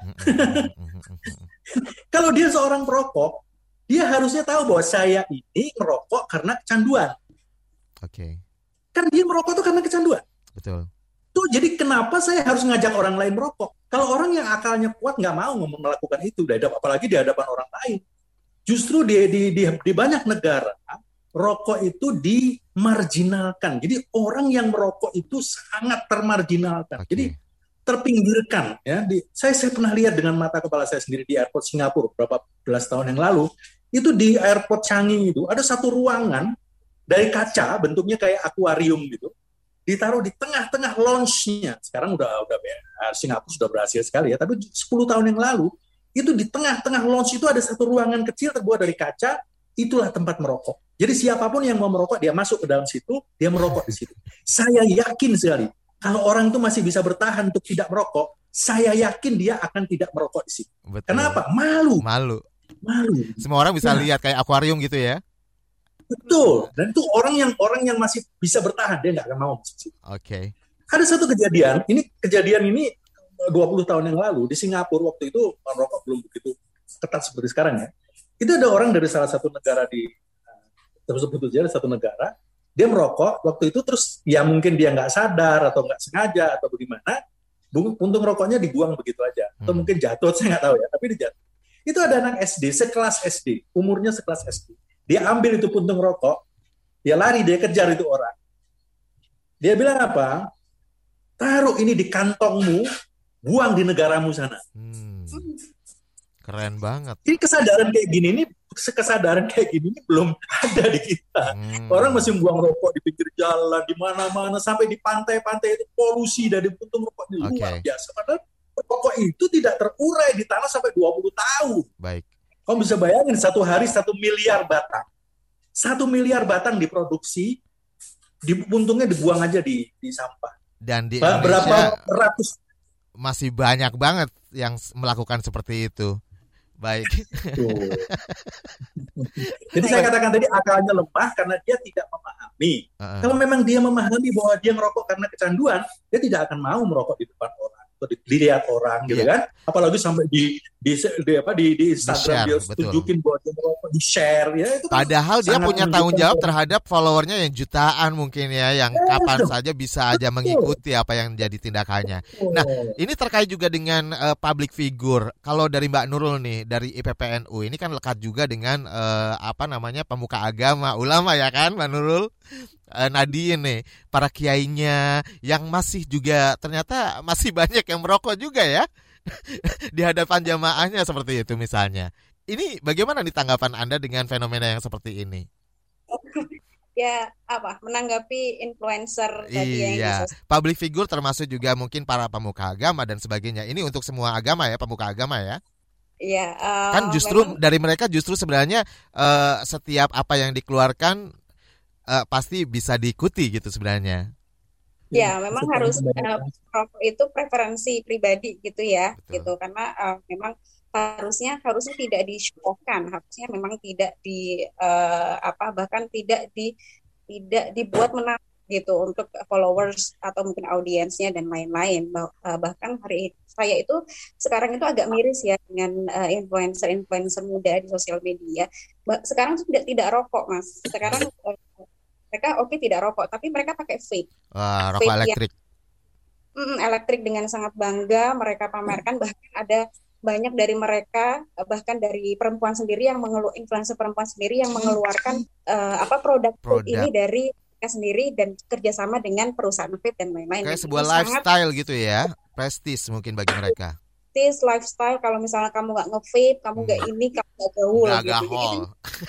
Speaker 5: Kalau dia seorang perokok, dia harusnya tahu bahwa saya ini merokok karena kecanduan.
Speaker 3: Oke. Okay.
Speaker 5: Kan dia merokok itu karena kecanduan.
Speaker 3: Betul.
Speaker 5: Tuh, jadi kenapa saya harus ngajak orang lain merokok? Kalau orang yang akalnya kuat nggak mau melakukan itu, apalagi di hadapan orang lain. Justru di, di, di, di banyak negara, rokok itu dimarginalkan. Jadi orang yang merokok itu sangat termarginalkan. Okay. Jadi terpinggirkan. Ya. Di, saya, saya pernah lihat dengan mata kepala saya sendiri di airport Singapura beberapa belas tahun yang lalu. Itu di airport Changi itu ada satu ruangan dari kaca, bentuknya kayak akuarium gitu, ditaruh di tengah-tengah lounge-nya. Sekarang udah udah Singapura sudah berhasil sekali ya, tapi sepuluh tahun yang lalu itu di tengah-tengah lounge itu ada satu ruangan kecil terbuat dari kaca, itulah tempat merokok. Jadi siapapun yang mau merokok dia masuk ke dalam situ, dia merokok di situ. Saya yakin sekali kalau orang itu masih bisa bertahan untuk tidak merokok, saya yakin dia akan tidak merokok di situ. Betul. Kenapa? Malu.
Speaker 3: Malu.
Speaker 5: Malu.
Speaker 3: Semua orang bisa nah. lihat kayak akuarium gitu ya.
Speaker 5: Betul, dan itu orang yang orang yang masih bisa bertahan, dia nggak akan mau.
Speaker 3: Oke. Okay.
Speaker 5: Ada satu kejadian, ini kejadian ini dua puluh tahun yang lalu di Singapura, waktu itu merokok belum begitu ketat seperti sekarang ya. Itu ada orang dari salah satu negara di sebut saja satu negara, dia merokok waktu itu terus ya mungkin dia nggak sadar atau nggak sengaja atau bagaimana, puntung rokoknya dibuang begitu aja, atau hmm. mungkin jatuh, saya nggak tahu ya, tapi dia jatuh. Itu ada anak S D, sekelas S D, umurnya sekelas S D. Dia ambil itu puntung rokok, dia lari, dia kejar itu orang. Dia bilang apa? Taruh ini di kantongmu, buang di negaramu sana.
Speaker 3: Hmm. Keren banget.
Speaker 5: Ini kesadaran kayak gini, ini kesadaran kayak gini ini belum ada di kita. Hmm. Orang masih buang rokok di pinggir jalan, di mana-mana, sampai di pantai-pantai itu polusi dari puntung rokok ini okay. luar biasa. Padahal rokok itu tidak terurai di tanah sampai dua puluh tahun.
Speaker 3: Baik.
Speaker 5: Kamu bisa bayangin satu hari satu miliar batang. Satu miliar batang diproduksi, di puntungnya dibuang aja di di sampah.
Speaker 3: Dan di
Speaker 5: Ba-
Speaker 3: Indonesia
Speaker 5: berapa ratus
Speaker 3: masih banyak banget yang melakukan seperti itu. Baik.
Speaker 5: Tuh. Jadi saya katakan tadi akalnya lemah karena dia tidak memahami.
Speaker 3: Uh-uh.
Speaker 5: Kalau memang dia memahami bahwa dia merokok karena kecanduan, dia tidak akan mau merokok di depan orang atau di- dilihat orang, gitu
Speaker 3: Iya.
Speaker 5: kan? Apalagi sampai di di, di apa di, di Instagram
Speaker 3: Di-share,
Speaker 5: dia
Speaker 3: betul.
Speaker 5: tunjukin bahwa dia merokok, di share, ya itu. kan
Speaker 3: Padahal dia
Speaker 5: sangat
Speaker 3: punya tanggung
Speaker 5: menunjukkan
Speaker 3: jawab
Speaker 5: bahwa-
Speaker 3: terhadap followernya yang jutaan mungkin ya, yang kapan
Speaker 5: Betul.
Speaker 3: saja bisa aja mengikuti apa yang jadi tindakannya. Nah, ini terkait juga dengan eh, public figure. Kalau dari Mbak Nurul nih, dari I P P N U, ini kan lekat juga dengan eh, apa namanya pemuka agama, ulama ya kan, Mbak Nurul? Eh, Nadine nih, para kiainya yang masih juga ternyata masih banyak yang merokok juga ya di hadapan jamaahnya seperti itu misalnya. Ini bagaimana nih tanggapan Anda dengan fenomena yang seperti ini?
Speaker 4: Ya apa menanggapi influencer tadi yang
Speaker 3: Iya,
Speaker 4: di
Speaker 3: public figure termasuk juga mungkin para pemuka agama dan sebagainya. Ini untuk semua agama ya, pemuka agama ya.
Speaker 4: Iya, eh,
Speaker 3: Kan justru
Speaker 4: memang-
Speaker 3: dari mereka justru sebenarnya eh, setiap apa yang dikeluarkan eh, pasti bisa diikuti gitu sebenarnya.
Speaker 4: Ya, memang
Speaker 5: supaya
Speaker 4: harus
Speaker 5: kebanyakan.
Speaker 4: eh, rokok itu preferensi pribadi gitu ya,
Speaker 3: Betul.
Speaker 4: gitu karena eh, memang harusnya harusnya tidak di-show-kan, harusnya memang tidak di eh, apa bahkan tidak di tidak dibuat menarik gitu untuk followers atau mungkin audiensnya dan lain-lain. Bah- eh, bahkan hari ini saya itu sekarang itu agak miris ya dengan eh, influencer-influencer muda di sosial media. Ba- Sekarang tuh tidak tidak rokok, Mas. Sekarang eh, mereka oke tidak rokok, tapi mereka pakai vape.
Speaker 3: Wah, rokok
Speaker 4: Vape yang
Speaker 3: elektrik.
Speaker 4: Mm, elektrik dengan sangat bangga mereka pamerkan, bahkan ada banyak dari mereka eh, bahkan dari perempuan sendiri yang mengelu influencer perempuan sendiri yang mengeluarkan eh, apa produk vape
Speaker 3: Produk.
Speaker 4: ini dari mereka sendiri dan kerjasama dengan perusahaan vape dan lain-lain.
Speaker 3: Kayak
Speaker 4: Dan
Speaker 3: sebuah
Speaker 4: itu sangat
Speaker 3: lifestyle gitu ya, prestis mungkin bagi mereka.
Speaker 4: praktis, lifestyle. Kalau misalnya kamu nggak nge-vape, kamu nggak
Speaker 3: Hmm.
Speaker 4: ini, kamu nggak gaul
Speaker 3: Nggak
Speaker 4: gitu. Jadi
Speaker 3: gahol.
Speaker 4: itu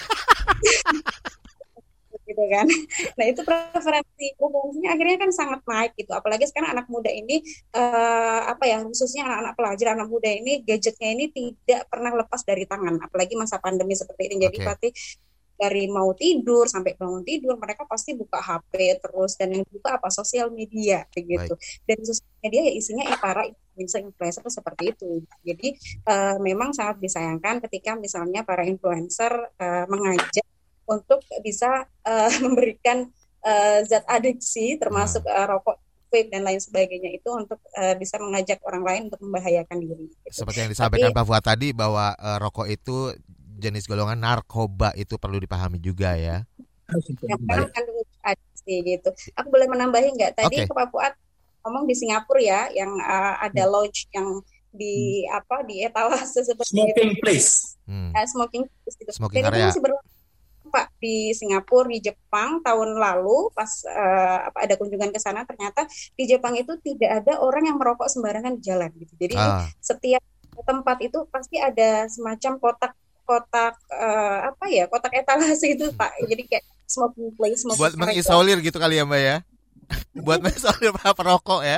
Speaker 4: gitu kan. Nah itu preferensi umumnya akhirnya kan sangat naik gitu. Apalagi sekarang anak muda ini eh, apa ya khususnya anak-anak pelajar, anak muda ini gadgetnya ini tidak pernah lepas dari tangan. Apalagi masa pandemi seperti ini. Jadi
Speaker 3: Oke.
Speaker 4: pasti dari mau tidur sampai bangun tidur mereka pasti buka H P terus dan yang buka apa sosial media begitu. Dan sosial media ya isinya ya para influencer-influencer seperti itu. Jadi eh, memang sangat disayangkan ketika misalnya para influencer eh, mengajak untuk bisa eh, memberikan eh, zat adiksi termasuk eh, rokok, vape dan lain sebagainya itu untuk eh, bisa mengajak orang lain untuk membahayakan diri. Gitu.
Speaker 3: Seperti yang disampaikan
Speaker 4: Tapi
Speaker 3: Pak Fuad tadi bahwa eh, rokok itu jenis golongan narkoba, itu perlu dipahami juga ya.
Speaker 4: yang memang kandung adiksi gitu. Aku boleh menambahin nggak? Tadi
Speaker 3: Oke.
Speaker 4: Pak Fuad ngomong di Singapura ya, yang eh, ada lodge yang di apa di etalase seperti
Speaker 5: Smoking
Speaker 4: itu.
Speaker 5: place.
Speaker 3: Hmm.
Speaker 4: Eh, smoking gitu.
Speaker 3: Smoking
Speaker 4: Dan itu
Speaker 3: area.
Speaker 4: masih berlaku Pak di Singapura, di Jepang tahun lalu pas eh, apa ada kunjungan ke sana ternyata di Jepang itu tidak ada orang yang merokok sembarangan di jalan gitu. Jadi
Speaker 3: Ah.
Speaker 4: setiap tempat itu pasti ada semacam kotak-kotak eh, apa ya kotak etalase itu Pak. Jadi kayak smoking place, smoking
Speaker 3: Buat
Speaker 4: area.
Speaker 3: mengisolir gitu kali ya Mbak ya. Buat mengisolir para perokok ya.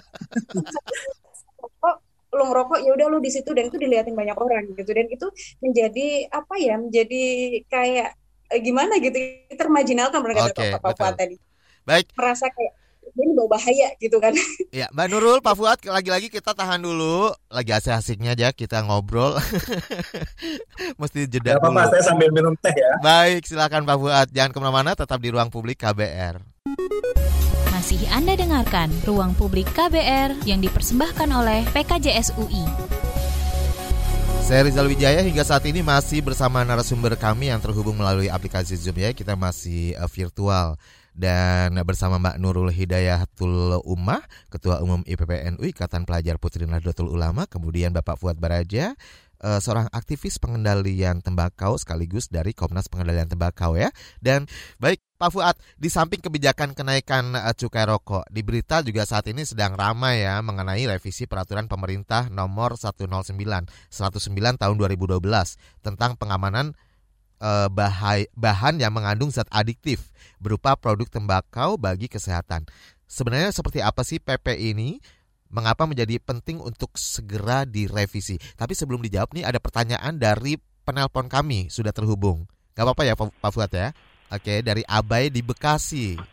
Speaker 4: Rokok, lu ngerokok ya udah lu di situ dan itu dilihatin banyak orang gitu dan itu menjadi apa ya menjadi kayak eh, gimana gitu termajinalkan mereka
Speaker 3: Oke,
Speaker 4: Pak Fuad
Speaker 3: betul.
Speaker 4: tadi
Speaker 3: Baik.
Speaker 4: merasa kayak ini bawa bahaya gitu kan.
Speaker 3: Ya, Mbak Nurul, Pak Fuad, lagi-lagi kita tahan dulu. Lagi asik-asiknya aja kita ngobrol. Mesti jeda
Speaker 5: Gak apa-apa,
Speaker 3: dulu.
Speaker 5: saya sambil minum teh ya.
Speaker 3: Baik, silakan Pak Fuad. Jangan kemana-mana, tetap di Ruang Publik K B R.
Speaker 2: Masih Anda dengarkan Ruang Publik K B R yang dipersembahkan oleh P K J S U I.
Speaker 3: Saya Rizal Wijaya, hingga saat ini masih bersama narasumber kami yang terhubung melalui aplikasi Zoom ya. Kita masih uh, virtual dan bersama Mbak Nurul Hidayatul Ummah, Ketua Umum I P P N U Ikatan Pelajar Putri Nahdlatul Ulama, kemudian Bapak Fuad Baraja, uh, seorang aktivis pengendalian tembakau sekaligus dari Komnas Pengendalian Tembakau ya. Dan baik Pak Fuad, di samping kebijakan kenaikan uh, cukai rokok, di berita juga saat ini sedang ramai ya mengenai revisi peraturan pemerintah nomor seratus sembilan seratus sembilan tahun dua ribu dua belas tentang pengamanan uh, bahai, bahan yang mengandung zat adiktif berupa produk tembakau bagi kesehatan. Sebenarnya seperti apa sih P P ini? Mengapa menjadi penting untuk segera direvisi? Tapi sebelum dijawab nih ada pertanyaan dari penelpon kami sudah terhubung. Gak apa-apa ya Pak Fuad ya? Oke, dari Abai di Bekasi.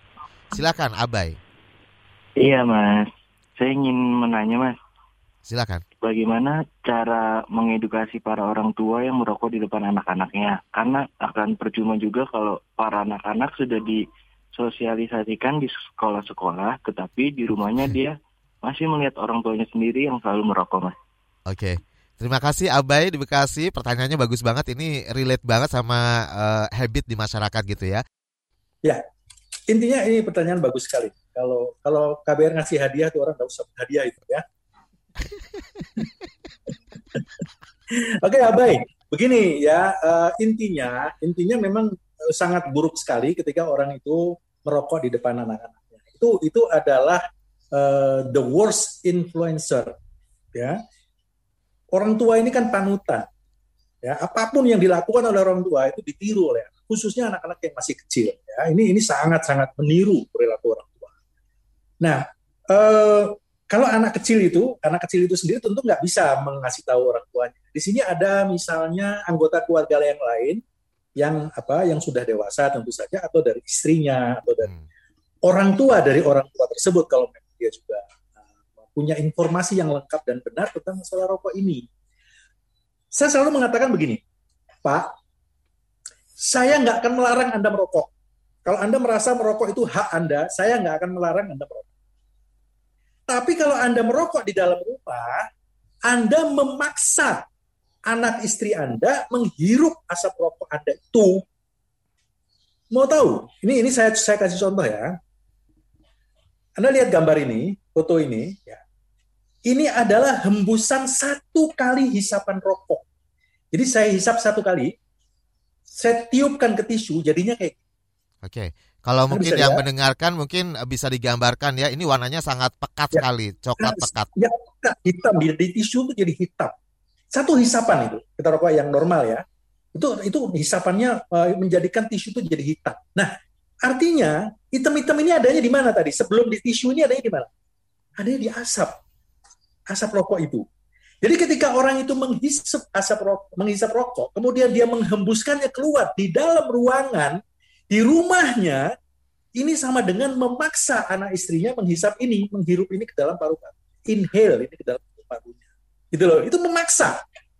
Speaker 3: Silakan, Abai.
Speaker 11: Iya, Mas. Saya ingin menanya, Mas.
Speaker 3: Silakan.
Speaker 11: Bagaimana cara mengedukasi para orang tua yang merokok di depan anak-anaknya? Karena akan percuma juga kalau para anak-anak sudah disosialisasikan di sekolah-sekolah, tetapi di rumahnya dia masih melihat orang tuanya sendiri yang selalu merokok, Mas.
Speaker 3: Oke. Terima kasih Abai di Bekasi. Pertanyaannya bagus banget. Ini relate banget sama uh, habit di masyarakat gitu ya.
Speaker 5: Ya, intinya ini pertanyaan bagus sekali. Kalau kalau K B R ngasih hadiah tuh orang nggak usah hadiah itu ya. Oke, Abai, begini ya, uh, intinya intinya memang sangat buruk sekali ketika orang itu merokok di depan anak-anaknya. Itu itu adalah uh, the worst influencer, ya. Orang tua ini kan panutan, ya. Apapun yang dilakukan oleh orang tua itu ditiru oleh, khususnya anak-anak yang masih kecil. Ya, ini ini sangat-sangat meniru perilaku orang tua. Nah. Uh, Kalau anak kecil itu, anak kecil itu sendiri tentu nggak bisa mengasih tahu orang tuanya. Di sini ada misalnya anggota keluarga yang lain yang apa, yang sudah dewasa tentu saja, atau dari istrinya, atau dari hmm. orang tua dari orang tua tersebut kalau dia juga uh, punya informasi yang lengkap dan benar tentang masalah rokok ini. Saya selalu mengatakan begini, Pak, saya nggak akan melarang Anda merokok. Kalau Anda merasa merokok itu hak Anda, saya nggak akan melarang Anda merokok. Tapi kalau Anda merokok di dalam rumah, Anda memaksa anak istri Anda menghirup asap rokok Anda itu. Mau tahu? Ini ini saya saya kasih contoh ya. Anda lihat gambar ini, foto ini, ya. Ini adalah hembusan satu kali hisapan rokok. Jadi saya hisap satu kali, saya tiupkan ke tisu, jadinya kayak.
Speaker 3: Oke. Kalau
Speaker 5: Anda
Speaker 3: mungkin yang
Speaker 5: ya?
Speaker 3: mendengarkan mungkin bisa digambarkan ya, ini warnanya sangat pekat ya. sekali, coklat pekat.
Speaker 5: Ya, hitam di, di tisu itu jadi hitam. Satu hisapan itu, kita rokok yang normal ya, itu itu hisapannya uh, menjadikan tisu itu jadi hitam. Nah, artinya hitam-hitam ini adanya di mana tadi? Sebelum di tisu ini adanya di mana? Adanya di asap, asap rokok itu. Jadi ketika orang itu menghisap asap rokok, menghisap rokok, kemudian dia menghembuskannya keluar di dalam ruangan. Di rumahnya, ini sama dengan memaksa anak istrinya menghisap ini, menghirup ini ke dalam paru-paru. Inhale ini ke dalam paru-parunya. Gitu loh, itu memaksa.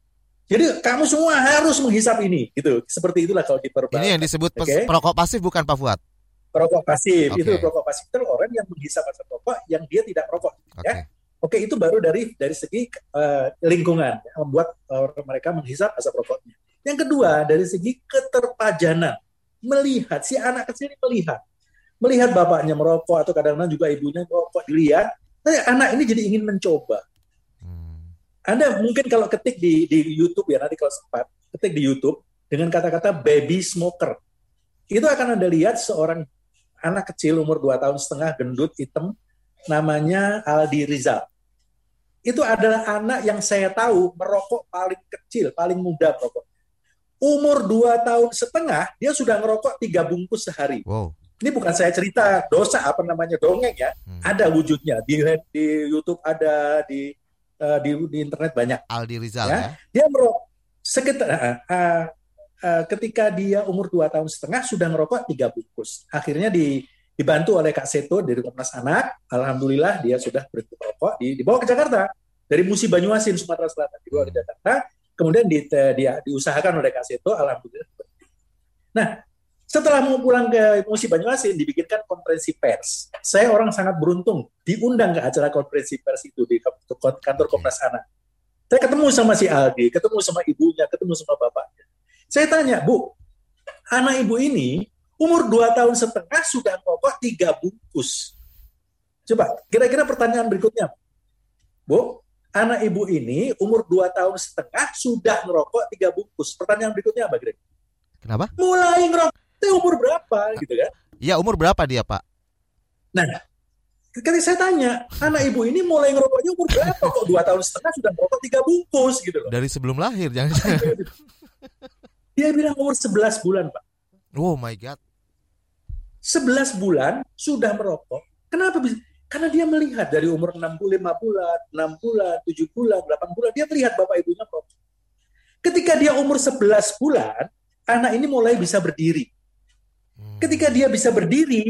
Speaker 5: Jadi kamu semua harus menghisap ini. Gitu. Seperti itulah kalau diperbanyak.
Speaker 3: Ini yang disebut
Speaker 5: okay?
Speaker 3: perokok pasif bukan Pak Fuad?
Speaker 5: Perokok pasif,
Speaker 3: okay.
Speaker 5: itu perokok pasif. Itu orang yang menghisap asap rokok yang dia tidak rokok.
Speaker 3: Okay.
Speaker 5: Ya? Oke, itu baru dari dari segi uh, lingkungan, ya, membuat uh, mereka menghisap asap rokoknya. Yang kedua, dari segi keterpajanan. Melihat, si anak kecil ini melihat. Melihat bapaknya merokok atau kadang-kadang juga ibunya merokok, dilihat. Nah, anak ini jadi ingin mencoba. Hmm. Anda mungkin kalau ketik di, di YouTube ya, nanti kalau sempat, ketik di YouTube dengan kata-kata baby smoker. Itu akan Anda lihat seorang anak kecil umur dua tahun setengah, gendut, hitam, namanya Aldi Rizal. Itu adalah anak yang saya tahu merokok paling kecil, paling muda merokok. Umur dua tahun setengah, dia sudah ngerokok tiga bungkus sehari.
Speaker 3: Wow.
Speaker 5: Ini bukan saya cerita dosa, apa namanya, dongeng ya. Hmm. Ada wujudnya. Di, di YouTube ada, di, uh, di di internet banyak.
Speaker 3: Aldi Rizal ya. ya?
Speaker 5: Dia merokok, sekitar, uh, uh, uh, ketika dia umur dua tahun setengah, sudah ngerokok tiga bungkus. Akhirnya di, dibantu oleh Kak Seto dari Komnas Anak. Alhamdulillah dia sudah berhenti merokok. Di, dibawa ke Jakarta. Dari Musi Banyuasin, Sumatera Selatan. Dibawa ke Jakarta. Kemudian di, di, diusahakan oleh Kak Seto, alhamdulillah. Nah, setelah mau pulang ke Musi Banyuasin, dibikinkan konferensi pers. Saya orang sangat beruntung, diundang ke acara konferensi pers itu di kantor Komnas Anak. Saya ketemu sama si Aldi, ketemu sama ibunya, ketemu sama bapaknya. Saya tanya, Bu, anak ibu ini umur dua tahun setengah sudah merokok tiga bungkus. Coba, kira-kira pertanyaan berikutnya. Bu, anak ibu ini umur dua tahun setengah sudah ngerokok tiga bungkus. Pertanyaan berikutnya apa, Greg?
Speaker 3: Kenapa?
Speaker 5: Mulai ngerokok itu umur berapa, gitu kan?
Speaker 3: Iya, umur berapa dia, Pak?
Speaker 5: Nah, ketika saya tanya, anak ibu ini mulai ngerokoknya umur berapa? Kok dua tahun setengah sudah ngerokok tiga bungkus, gitu loh.
Speaker 3: Dari sebelum lahir, jangan-jangan.
Speaker 5: Dia bilang umur sebelas bulan, Pak.
Speaker 3: Oh my God.
Speaker 5: sebelas bulan sudah merokok. Kenapa bisa? Karena dia melihat dari umur enam puluh lima bulan, enam bulan, tujuh bulan, delapan bulan, dia melihat bapak ibunya merokok. Ketika dia umur sebelas bulan, anak ini mulai bisa berdiri. Ketika dia bisa berdiri,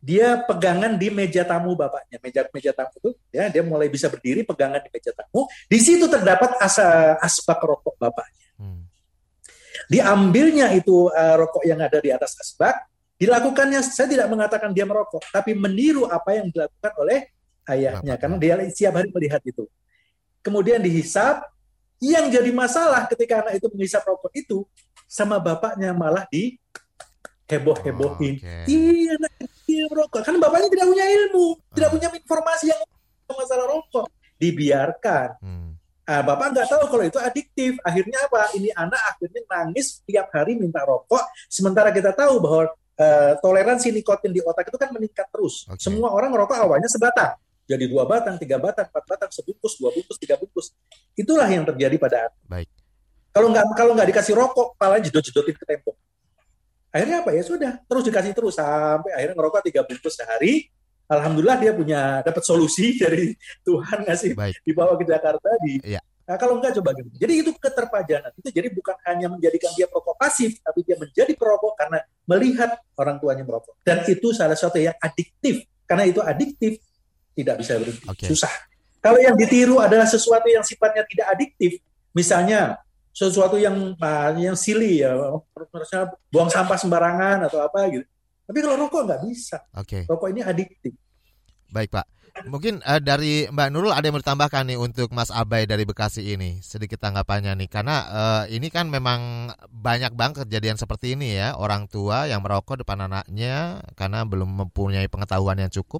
Speaker 5: dia pegangan di meja tamu bapaknya, meja meja tamu itu, ya dia mulai bisa berdiri pegangan di meja tamu. Di situ terdapat asa, asbak rokok bapaknya. Hmm. Diambilnya itu uh, rokok yang ada di atas asbak, dilakukannya, saya tidak mengatakan dia merokok, tapi meniru apa yang dilakukan oleh ayahnya, karena dia setiap hari melihat itu. Kemudian dihisap, yang jadi masalah ketika anak itu menghisap rokok itu, sama bapaknya malah di heboh-hebohin. Oh, okay. Iya, anak dia merokok. Karena bapaknya tidak punya ilmu, uh. tidak punya informasi yang masalah rokok. Dibiarkan. Hmm. Nah, bapak nggak tahu kalau itu adiktif. Akhirnya apa? Ini anak akhirnya nangis tiap hari minta rokok. Sementara kita tahu bahwa uh, toleransi nikotin di otak itu kan meningkat terus. Okay. Semua orang ngerokok awalnya sebatang. Jadi dua batang, tiga batang, empat batang, sebungkus, dua bungkus, tiga bungkus. Itulah yang terjadi pada anak.
Speaker 3: Baik.
Speaker 5: Kalau nggak kalau nggak dikasih rokok, kepalanya jedot-jedotin ke tembok. Akhirnya apa ya sudah, terus dikasih terus sampai akhirnya ngerokok tiga bungkus sehari. Alhamdulillah dia punya dapat solusi dari Tuhan ngasih Baik. Dibawa ke Jakarta di. Ya. Nah, kalau enggak coba gitu. Jadi itu keterpajanan. Itu jadi bukan hanya menjadikan dia perokok pasif, tapi dia menjadi perokok karena melihat orang tuanya merokok. Dan itu salah satu yang adiktif. Karena itu adiktif, tidak bisa berhenti. Okay. Susah. Kalau yang ditiru adalah sesuatu yang sifatnya tidak adiktif, misalnya sesuatu yang uh, yang silly ya, misalnya buang sampah sembarangan atau apa gitu. Tapi kalau rokok nggak bisa.
Speaker 3: Okay.
Speaker 5: Rokok ini adiktif.
Speaker 3: Baik Pak. Mungkin uh, dari Mbak Nurul ada yang mau ditambahkan nih untuk Mas Abai dari Bekasi ini, sedikit tanggapannya nih, karena uh, ini kan memang banyak banget kejadian seperti ini ya, orang tua yang merokok depan anaknya karena belum mempunyai pengetahuan yang cukup.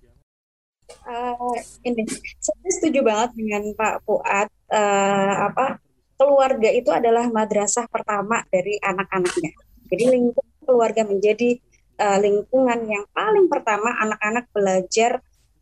Speaker 4: Uh, ini saya setuju banget dengan Pak Fuad. Uh, apa keluarga itu adalah madrasah pertama dari anak-anaknya. Jadi lingkungan keluarga menjadi uh, lingkungan yang paling pertama anak-anak belajar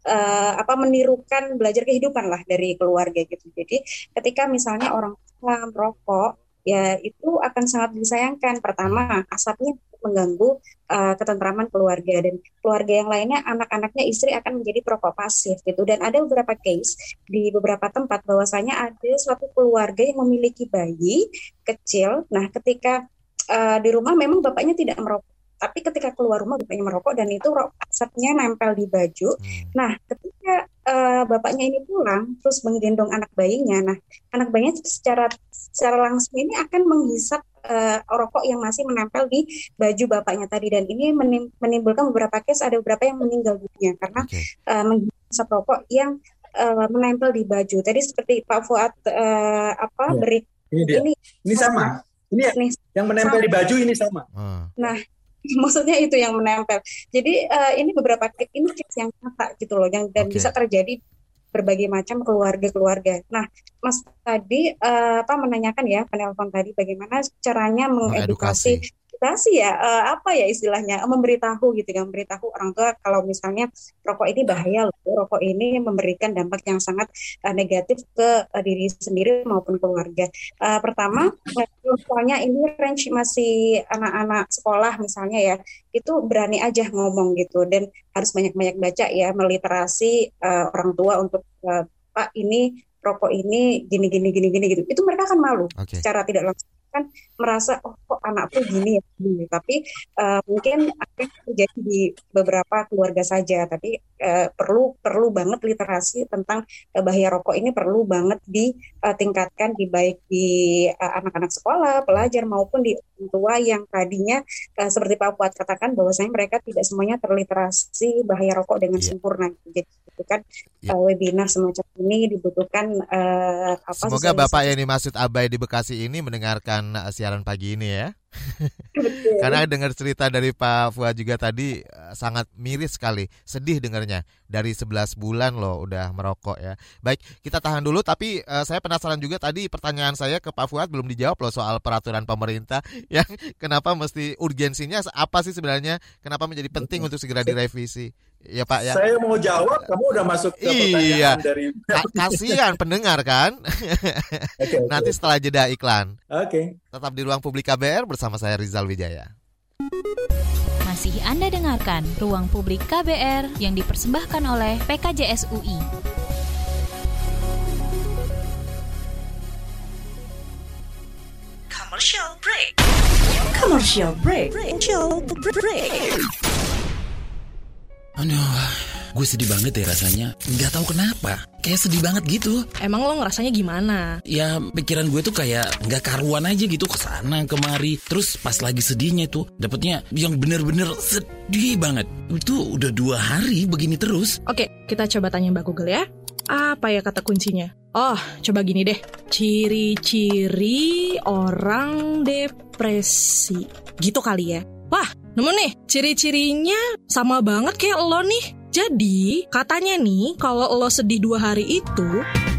Speaker 4: uh, apa menirukan belajar kehidupan lah dari keluarga gitu. Jadi ketika misalnya orang tua merokok, ya itu akan sangat disayangkan. Pertama, asapnya mengganggu uh, ketentraman keluarga, dan keluarga yang lainnya, anak-anaknya, istri akan menjadi perokok pasif gitu. Dan ada beberapa case di beberapa tempat bahwasanya ada suatu keluarga yang memiliki bayi kecil. Nah, ketika uh, di rumah memang bapaknya tidak merokok, tapi ketika keluar rumah bapaknya merokok dan itu asapnya nempel di baju. Hmm. Nah, ketika uh, bapaknya ini pulang terus menggendong anak bayinya, nah anak bayinya secara secara langsung ini akan menghisap uh, rokok yang masih menempel di baju bapaknya tadi, dan ini menim- menimbulkan beberapa case, ada beberapa yang meninggal dunia karena okay. uh, menghisap rokok yang uh, menempel di baju. Tadi seperti Pak Fuad uh, apa ya, beri
Speaker 5: ini dia. ini, ini sama. Ini, ini yang menempel sama. Di baju ini sama. Hmm.
Speaker 4: Nah, maksudnya itu yang menempel. Jadi uh, ini beberapa case, ini case yang nyata gitu loh, yang dan okay. bisa terjadi berbagai macam keluarga-keluarga. Nah, Mas tadi uh, apa menanyakan ya penelpon tadi bagaimana caranya mengedukasi edukasi ya uh, apa ya istilahnya memberitahu gitu kan, memberitahu orang tua kalau misalnya rokok ini bahaya loh, rokok ini memberikan dampak yang sangat uh, negatif ke uh, diri sendiri maupun keluarga. Uh, pertama, misalnya ini range masih anak-anak sekolah misalnya ya, itu berani aja ngomong gitu, dan harus banyak-banyak baca ya, meliterasi uh, orang tua untuk uh, Pak ini rokok ini gini gini gini gini gitu. Itu mereka akan malu okay. secara tidak langsung kan merasa oh kok anakku gini ya gini. Tapi uh, mungkin akan terjadi di beberapa keluarga saja, tapi uh, perlu perlu banget literasi tentang uh, bahaya rokok ini perlu banget ditingkatkan uh, di baik di uh, anak-anak sekolah, pelajar maupun di orang tua yang tadinya uh, seperti Pak Fuad katakan bahwasanya mereka tidak semuanya terliterasi bahaya rokok dengan yeah. sempurna. Jadi kan yeah. uh, webinar semacam ini dibutuhkan uh, apa
Speaker 3: semoga Bapak yang dimaksud Abai di Bekasi ini mendengarkan siaran pagi ini ya. Karena dengar cerita dari Pak Fuad juga tadi sangat miris sekali, sedih dengarnya. Dari sebelas bulan loh udah merokok ya. Baik, kita tahan dulu, tapi uh, saya penasaran juga tadi pertanyaan saya ke Pak Fuad belum dijawab loh soal peraturan pemerintah yang kenapa mesti urgensinya apa sih sebenarnya, kenapa menjadi penting untuk segera direvisi. Ya Pak ya.
Speaker 5: Saya mau jawab, kamu udah masuk ke pertanyaan
Speaker 3: iya.
Speaker 5: dari
Speaker 3: Ka- kasihan pendengar kan. okay, okay. Nanti setelah jeda iklan.
Speaker 5: Oke. Okay.
Speaker 3: Tetap di Ruang Publik K B R bersama saya Rizal Wijaya.
Speaker 2: Masih Anda dengarkan Ruang Publik K B R yang dipersembahkan oleh P K J S U I.
Speaker 7: Commercial break. Commercial break. Commercial break.
Speaker 12: Aduh, gue sedih banget ya rasanya. Gak tahu kenapa, kayak sedih banget gitu.
Speaker 13: Emang lo ngerasanya gimana?
Speaker 12: Ya pikiran gue tuh kayak gak karuan aja gitu, kesana kemari. Terus pas lagi sedihnya tuh dapetnya yang bener-bener sedih banget. Itu udah dua hari begini terus.
Speaker 13: Oke, kita coba tanya Mbak Google ya. Apa ya kata kuncinya? Oh, coba gini deh. Ciri-ciri orang depresi. Gitu kali ya. Wah, nemu nih. Ciri-cirinya sama banget kayak lo nih. Jadi, katanya nih, kalau lo sedih dua hari itu...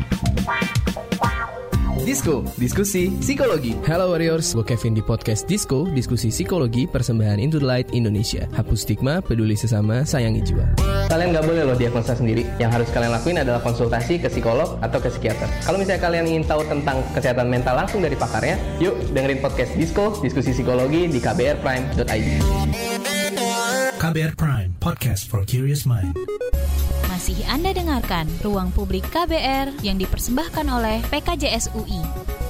Speaker 14: Disko, diskusi psikologi. Hello Warriors, gue Kevin di podcast Disko, diskusi psikologi persembahan Into the Light Indonesia. Hapus stigma, peduli sesama, sayangi jiwa. Kalian gak boleh loh diagnosa sendiri. Yang harus kalian lakuin adalah konsultasi ke psikolog atau ke psikiater. Kalau misalnya kalian ingin tahu tentang kesehatan mental langsung dari pakarnya, yuk dengerin podcast Disko, diskusi psikologi di k b r prime dot i d.
Speaker 1: K B R Prime, podcast for curious mind.
Speaker 2: Masih Anda dengarkan Ruang Publik K B R yang dipersembahkan oleh P K J S U I.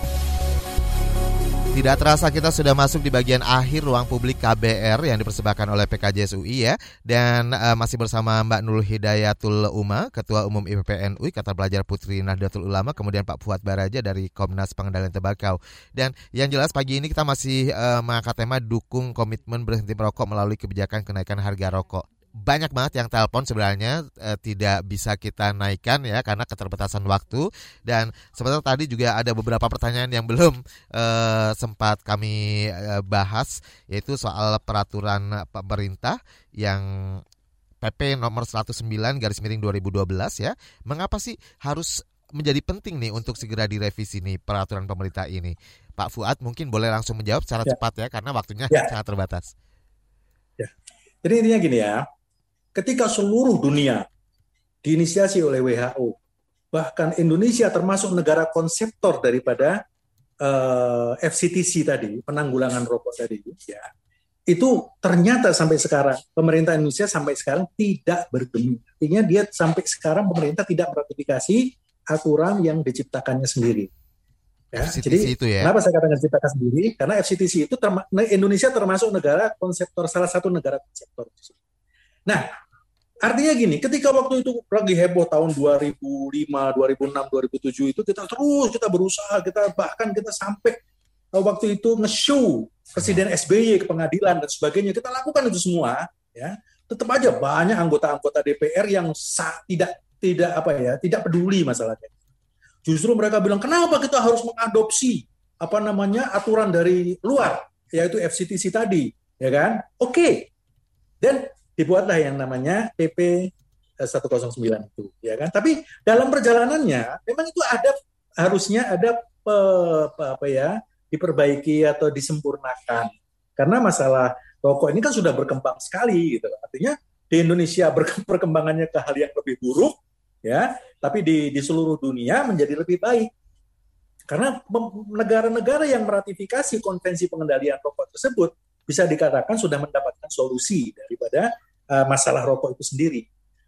Speaker 3: Tidak terasa kita sudah masuk di bagian akhir Ruang Publik K B R yang dipersembahkan oleh P K J S U I ya. Dan uh, masih bersama Mbak Nurul Hidayatul Uma, Ketua Umum I P P N U I, Ikatan Pelajar Putri Nahdlatul Ulama, kemudian Pak Fuad Baraja dari Komnas Pengendalian Tembakau. Dan yang jelas pagi ini kita masih uh, mengangkat tema dukung komitmen berhenti merokok melalui kebijakan kenaikan harga rokok. Banyak banget yang telepon sebenarnya eh, tidak bisa kita naikkan ya karena keterbatasan waktu. Dan sebenarnya tadi juga ada beberapa pertanyaan yang belum eh, sempat kami eh, bahas, yaitu soal peraturan pemerintah yang P P nomor seratus sembilan garis miring dua ribu dua belas ya. Mengapa sih harus menjadi penting nih untuk segera direvisi nih peraturan pemerintah ini? Pak Fuad mungkin boleh langsung menjawab secara ya. cepat ya karena waktunya ya. sangat terbatas.
Speaker 5: Ya. Jadi intinya gini ya. Ketika seluruh dunia diinisiasi oleh W H O, bahkan Indonesia termasuk negara konseptor daripada uh, F C T C tadi, penanggulangan rokok tadi, ya, itu ternyata sampai sekarang pemerintah Indonesia sampai sekarang tidak bergeming. Artinya dia sampai sekarang pemerintah tidak meratifikasi aturan yang diciptakannya sendiri. Ya,
Speaker 3: F C T C
Speaker 5: jadi
Speaker 3: itu ya.
Speaker 5: Kenapa saya katakan diciptakan sendiri? Karena F C T C itu terma- Indonesia termasuk negara konseptor, salah satu negara konseptor. Nah, artinya gini, ketika waktu itu lagi heboh tahun dua ribu lima, dua ribu enam, dua ribu tujuh itu kita terus kita berusaha, kita bahkan kita sampai uh, waktu itu nge-show Presiden S B Y ke pengadilan dan sebagainya, kita lakukan itu semua, ya. Tetap aja banyak anggota-anggota D P R yang sa- tidak tidak apa ya, tidak peduli masalahnya. Justru mereka bilang, kenapa kita harus mengadopsi apa namanya aturan dari luar, yaitu F C T C tadi, ya kan? Oke, okay. Dan dibuatlah yang namanya P P seratus sembilan itu, ya kan? Tapi dalam perjalanannya memang itu ada harusnya ada pe, pe, apa ya diperbaiki atau disempurnakan karena masalah rokok ini kan sudah berkembang sekali gitu. Artinya di Indonesia perkembangannya ke hal yang lebih buruk, ya, tapi di di seluruh dunia menjadi lebih baik karena negara-negara yang meratifikasi konvensi pengendalian rokok tersebut bisa dikatakan sudah mendapatkan solusi daripada uh, masalah rokok itu sendiri.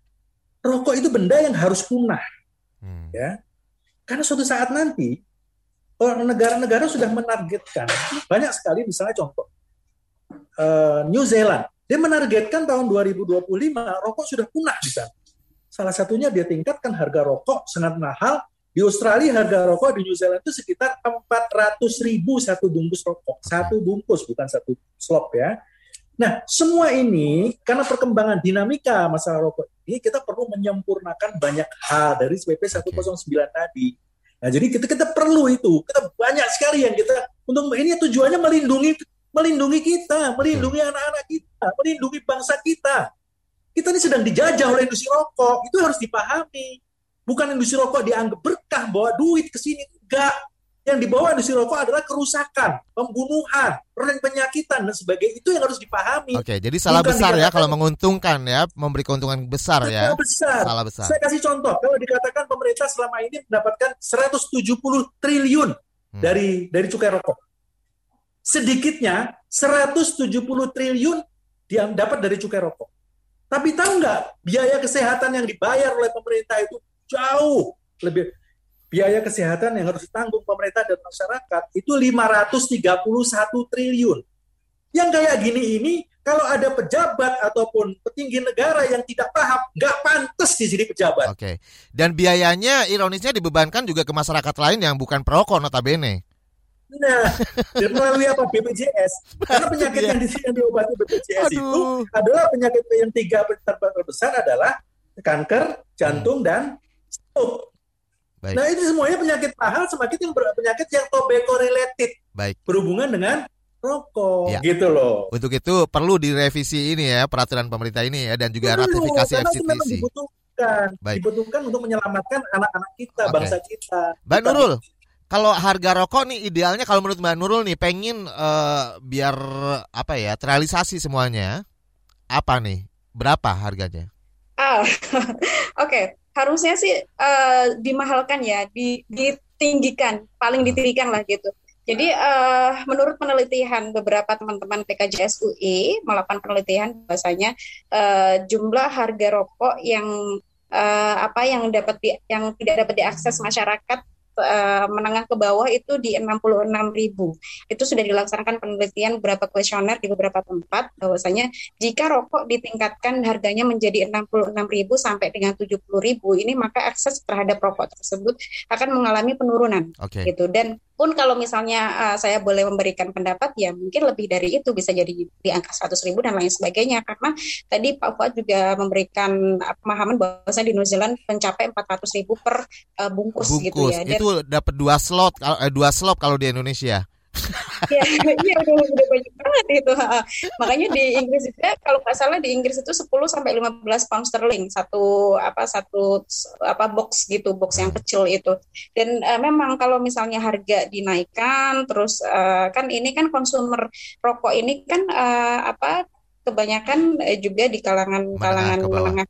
Speaker 5: Rokok itu benda yang harus punah, hmm. ya, karena suatu saat nanti orang negara-negara sudah menargetkan banyak sekali, misalnya contoh uh, New Zealand, dia menargetkan tahun dua ribu dua puluh lima rokok sudah punah di sana. Salah satunya dia tingkatkan harga rokok sangat mahal. Di Australia harga rokok di New Zealand itu sekitar empat ratus ribu satu bungkus rokok. Satu bungkus, bukan satu slop ya. Nah, semua ini karena perkembangan dinamika masalah rokok ini, kita perlu menyempurnakan banyak hal dari P P seratus sembilan tadi. Nah, jadi kita, kita perlu itu. Kita banyak sekali yang kita, untuk ini tujuannya melindungi melindungi kita, melindungi anak-anak kita, melindungi bangsa kita. Kita ini sedang dijajah oleh industri rokok, itu harus dipahami. Bukan industri rokok dianggap berkah, bawa duit ke sini. Enggak. Yang dibawa industri rokok adalah kerusakan, pembunuhan, penyakitan, dan sebagainya. Itu yang harus dipahami.
Speaker 3: Oke, jadi salah Bukan besar ya kalau menguntungkan ya, memberi keuntungan besar ya.
Speaker 5: Besar.
Speaker 3: Salah besar.
Speaker 5: Saya kasih contoh. Kalau dikatakan pemerintah selama ini mendapatkan seratus tujuh puluh triliun hmm. dari dari cukai rokok. Sedikitnya seratus tujuh puluh triliun dia dapat dari cukai rokok. Tapi tahu nggak, biaya kesehatan yang dibayar oleh pemerintah itu jauh lebih, biaya kesehatan yang harus ditanggung pemerintah dan masyarakat itu lima ratus tiga puluh satu triliun. Yang kayak gini ini Kalau ada pejabat ataupun petinggi negara yang tidak paham, nggak pantas di jadi pejabat.
Speaker 3: Oke. Dan biayanya ironisnya dibebankan juga ke masyarakat lain yang bukan perokok notabene.
Speaker 5: Nah, dan melalui apa B P J S. Karena penyakit yang, di, yang diobati B P J S Aduh. itu adalah penyakit yang tiga terbesar adalah kanker, jantung, dan stroke. Baik. Nah, itu semuanya penyakit mahal, semakin yang penyakit yang tobacco related.
Speaker 3: Baik.
Speaker 5: Berhubungan dengan rokok,
Speaker 3: ya.
Speaker 5: gitu loh.
Speaker 3: Untuk itu perlu direvisi ini ya peraturan pemerintah ini ya, dan juga perlu, ratifikasi F C T C.
Speaker 5: Dibutuhkan, Baik. dibutuhkan untuk menyelamatkan anak-anak kita, okay. bangsa kita.
Speaker 3: Mbak Nurul, kalau harga rokok nih idealnya kalau menurut Mbak Nurul nih pengen uh, biar apa ya terrealisasi semuanya, apa nih? Berapa harganya?
Speaker 4: Ah, oke. Okay. Harusnya sih uh, dimahalkan ya, di, ditinggikan, paling ditinggikan lah gitu. Jadi uh, menurut penelitian beberapa teman-teman P K J S U I melakukan penelitian bahwasanya uh, jumlah harga rokok yang uh, apa yang dapat di, yang tidak dapat diakses masyarakat uh, menengah ke bawah itu di enam puluh enam ribu. Itu sudah dilaksanakan penelitian beberapa kuesioner di beberapa tempat bahwasanya jika rokok ditingkatkan harganya menjadi enam puluh enam ribu sampai dengan tujuh puluh ribu, ini maka akses terhadap rokok tersebut akan mengalami penurunan. Okay. Gitu. Dan pun kalau misalnya uh, saya boleh memberikan pendapat ya mungkin lebih dari itu bisa jadi di angka seratus ribu dan lain sebagainya, karena tadi Pak Fuad juga memberikan pemahaman bahwasanya di New Zealand mencapai empat ratus ribu per uh, bungkus, bungkus gitu ya. Dan
Speaker 3: itu dapat dua slot eh, dua slot kalau di Indonesia.
Speaker 4: ya, iya udah, udah banyak banget itu. Makanya di Inggris itu kalau nggak salah di Inggris itu sepuluh sampai lima belas pound sterling satu apa satu apa box gitu, box yang kecil itu. Dan uh, memang kalau misalnya harga dinaikkan terus uh, kan ini kan konsumer rokok ini kan uh, apa kebanyakan uh, juga di kalangan kalangan menengah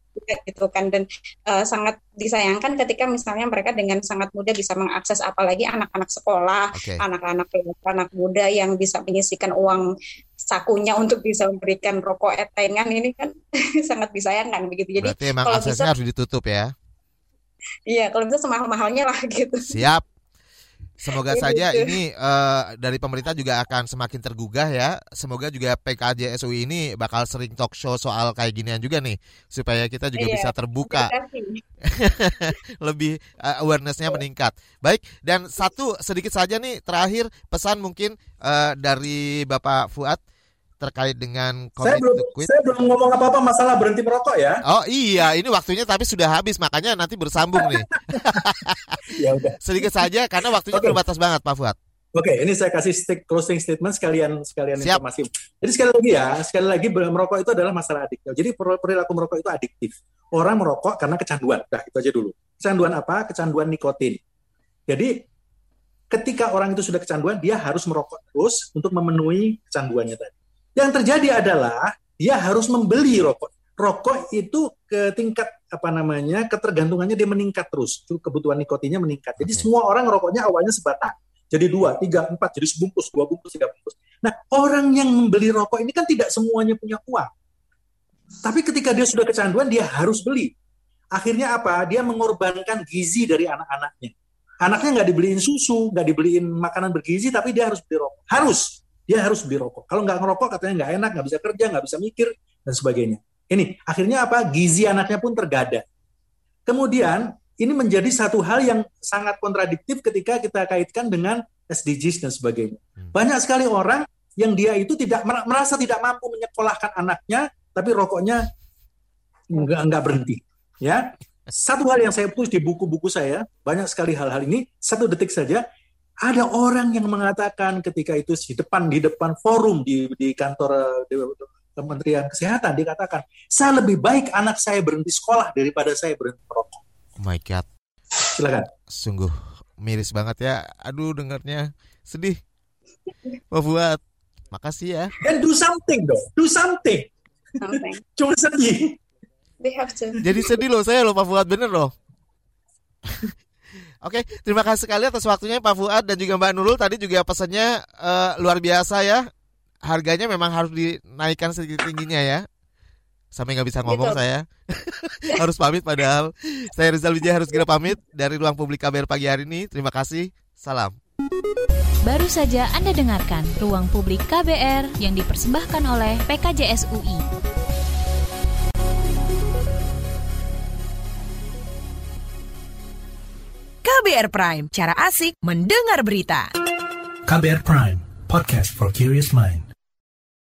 Speaker 4: gitu kan, dan uh, sangat disayangkan ketika misalnya mereka dengan sangat mudah bisa mengakses, apalagi anak-anak sekolah, okay. anak-anak anak muda yang bisa menyisihkan uang sakunya untuk bisa memberikan rokok etengan, ini kan sangat disayangkan begitu. Jadi
Speaker 3: berarti emang
Speaker 4: kalau
Speaker 3: aksesnya
Speaker 4: bisa,
Speaker 3: harus ditutup ya.
Speaker 4: Iya, kalau bisa semahal-mahalnya lah gitu.
Speaker 3: Siap. Semoga saja ini uh, dari pemerintah juga akan semakin tergugah ya. Semoga juga P K J S U I ini bakal sering talk show soal kayak ginian juga nih, supaya kita juga iya, bisa terbuka. Lebih uh, awareness-nya meningkat. Baik, dan satu sedikit saja nih terakhir pesan mungkin uh, dari Bapak Fuad terkait dengan
Speaker 5: saya belum, saya belum ngomong apa-apa masalah berhenti merokok ya.
Speaker 3: Oh iya, ini waktunya tapi sudah habis, makanya nanti bersambung nih.
Speaker 5: Ya udah.
Speaker 3: Sedikit saja karena waktunya okay. terbatas banget Pak Fuad.
Speaker 5: Oke, okay, ini saya kasih stick closing statement sekalian sekalian Siap. informasi. Jadi sekali lagi ya, sekali lagi merokok itu adalah masalah adiktif. Jadi perilaku merokok itu adiktif. Orang merokok karena kecanduan. Nah, itu aja dulu. Kecanduan apa? Kecanduan nikotin. Jadi ketika orang itu sudah kecanduan, dia harus merokok terus untuk memenuhi kecanduannya tadi. Yang terjadi adalah dia harus membeli rokok. Rokok itu ke tingkat apa namanya ketergantungannya dia meningkat terus. Kebutuhan nikotinnya meningkat. Jadi okay. semua orang rokoknya awalnya sebatang. Jadi dua, tiga, empat, jadi sebungkus, dua bungkus, tiga bungkus. Nah, orang yang membeli rokok ini kan tidak semuanya punya uang. Tapi ketika dia sudah kecanduan, dia harus beli. Akhirnya apa? Dia mengorbankan gizi dari anak-anaknya. Anaknya nggak dibeliin susu, nggak dibeliin makanan bergizi, tapi dia harus beli rokok. Harus. Dia harus beli rokok. Kalau nggak ngerokok katanya nggak enak, nggak bisa kerja, nggak bisa mikir, dan sebagainya. Ini akhirnya apa? Gizi anaknya pun tergada. Kemudian ini menjadi satu hal yang sangat kontradiktif ketika kita kaitkan dengan S D Gs dan sebagainya. Banyak sekali orang yang dia itu tidak merasa tidak mampu menyekolahkan anaknya, tapi rokoknya nggak nggak berhenti. Ya, satu hal yang saya tulis di buku-buku saya, banyak sekali hal-hal ini. Satu detik saja. Ada orang yang mengatakan ketika itu di depan di depan forum di di kantor di, Kementerian Kesehatan, dia katakan, saya lebih baik anak saya berhenti sekolah daripada saya berhenti merokok.
Speaker 3: Oh my God.
Speaker 5: Silakan.
Speaker 3: Sungguh miris banget ya. Aduh dengarnya sedih. Pak Fuad, makasih ya.
Speaker 5: Dan do something dong, do something.
Speaker 4: Something.
Speaker 5: Cuma sedih.
Speaker 4: They have to.
Speaker 3: Jadi sedih loh saya loh Pak Fuad, bener loh. Oke, terima kasih sekali atas waktunya Pak Fuad dan juga Mbak Nurul. Tadi juga pesannya uh, luar biasa ya. Harganya memang harus dinaikkan sedikit tingginya ya. Sampai nggak bisa ngomong gitu. Saya harus pamit padahal. Saya Rizal Wijaya harus segera pamit dari Ruang Publik K B R pagi hari ini. Terima kasih. Salam.
Speaker 2: Baru saja Anda dengarkan Ruang Publik K B R yang dipersembahkan oleh P K J S U I.
Speaker 7: K B R Prime, cara asik mendengar berita.
Speaker 1: K B R Prime, podcast for curious mind.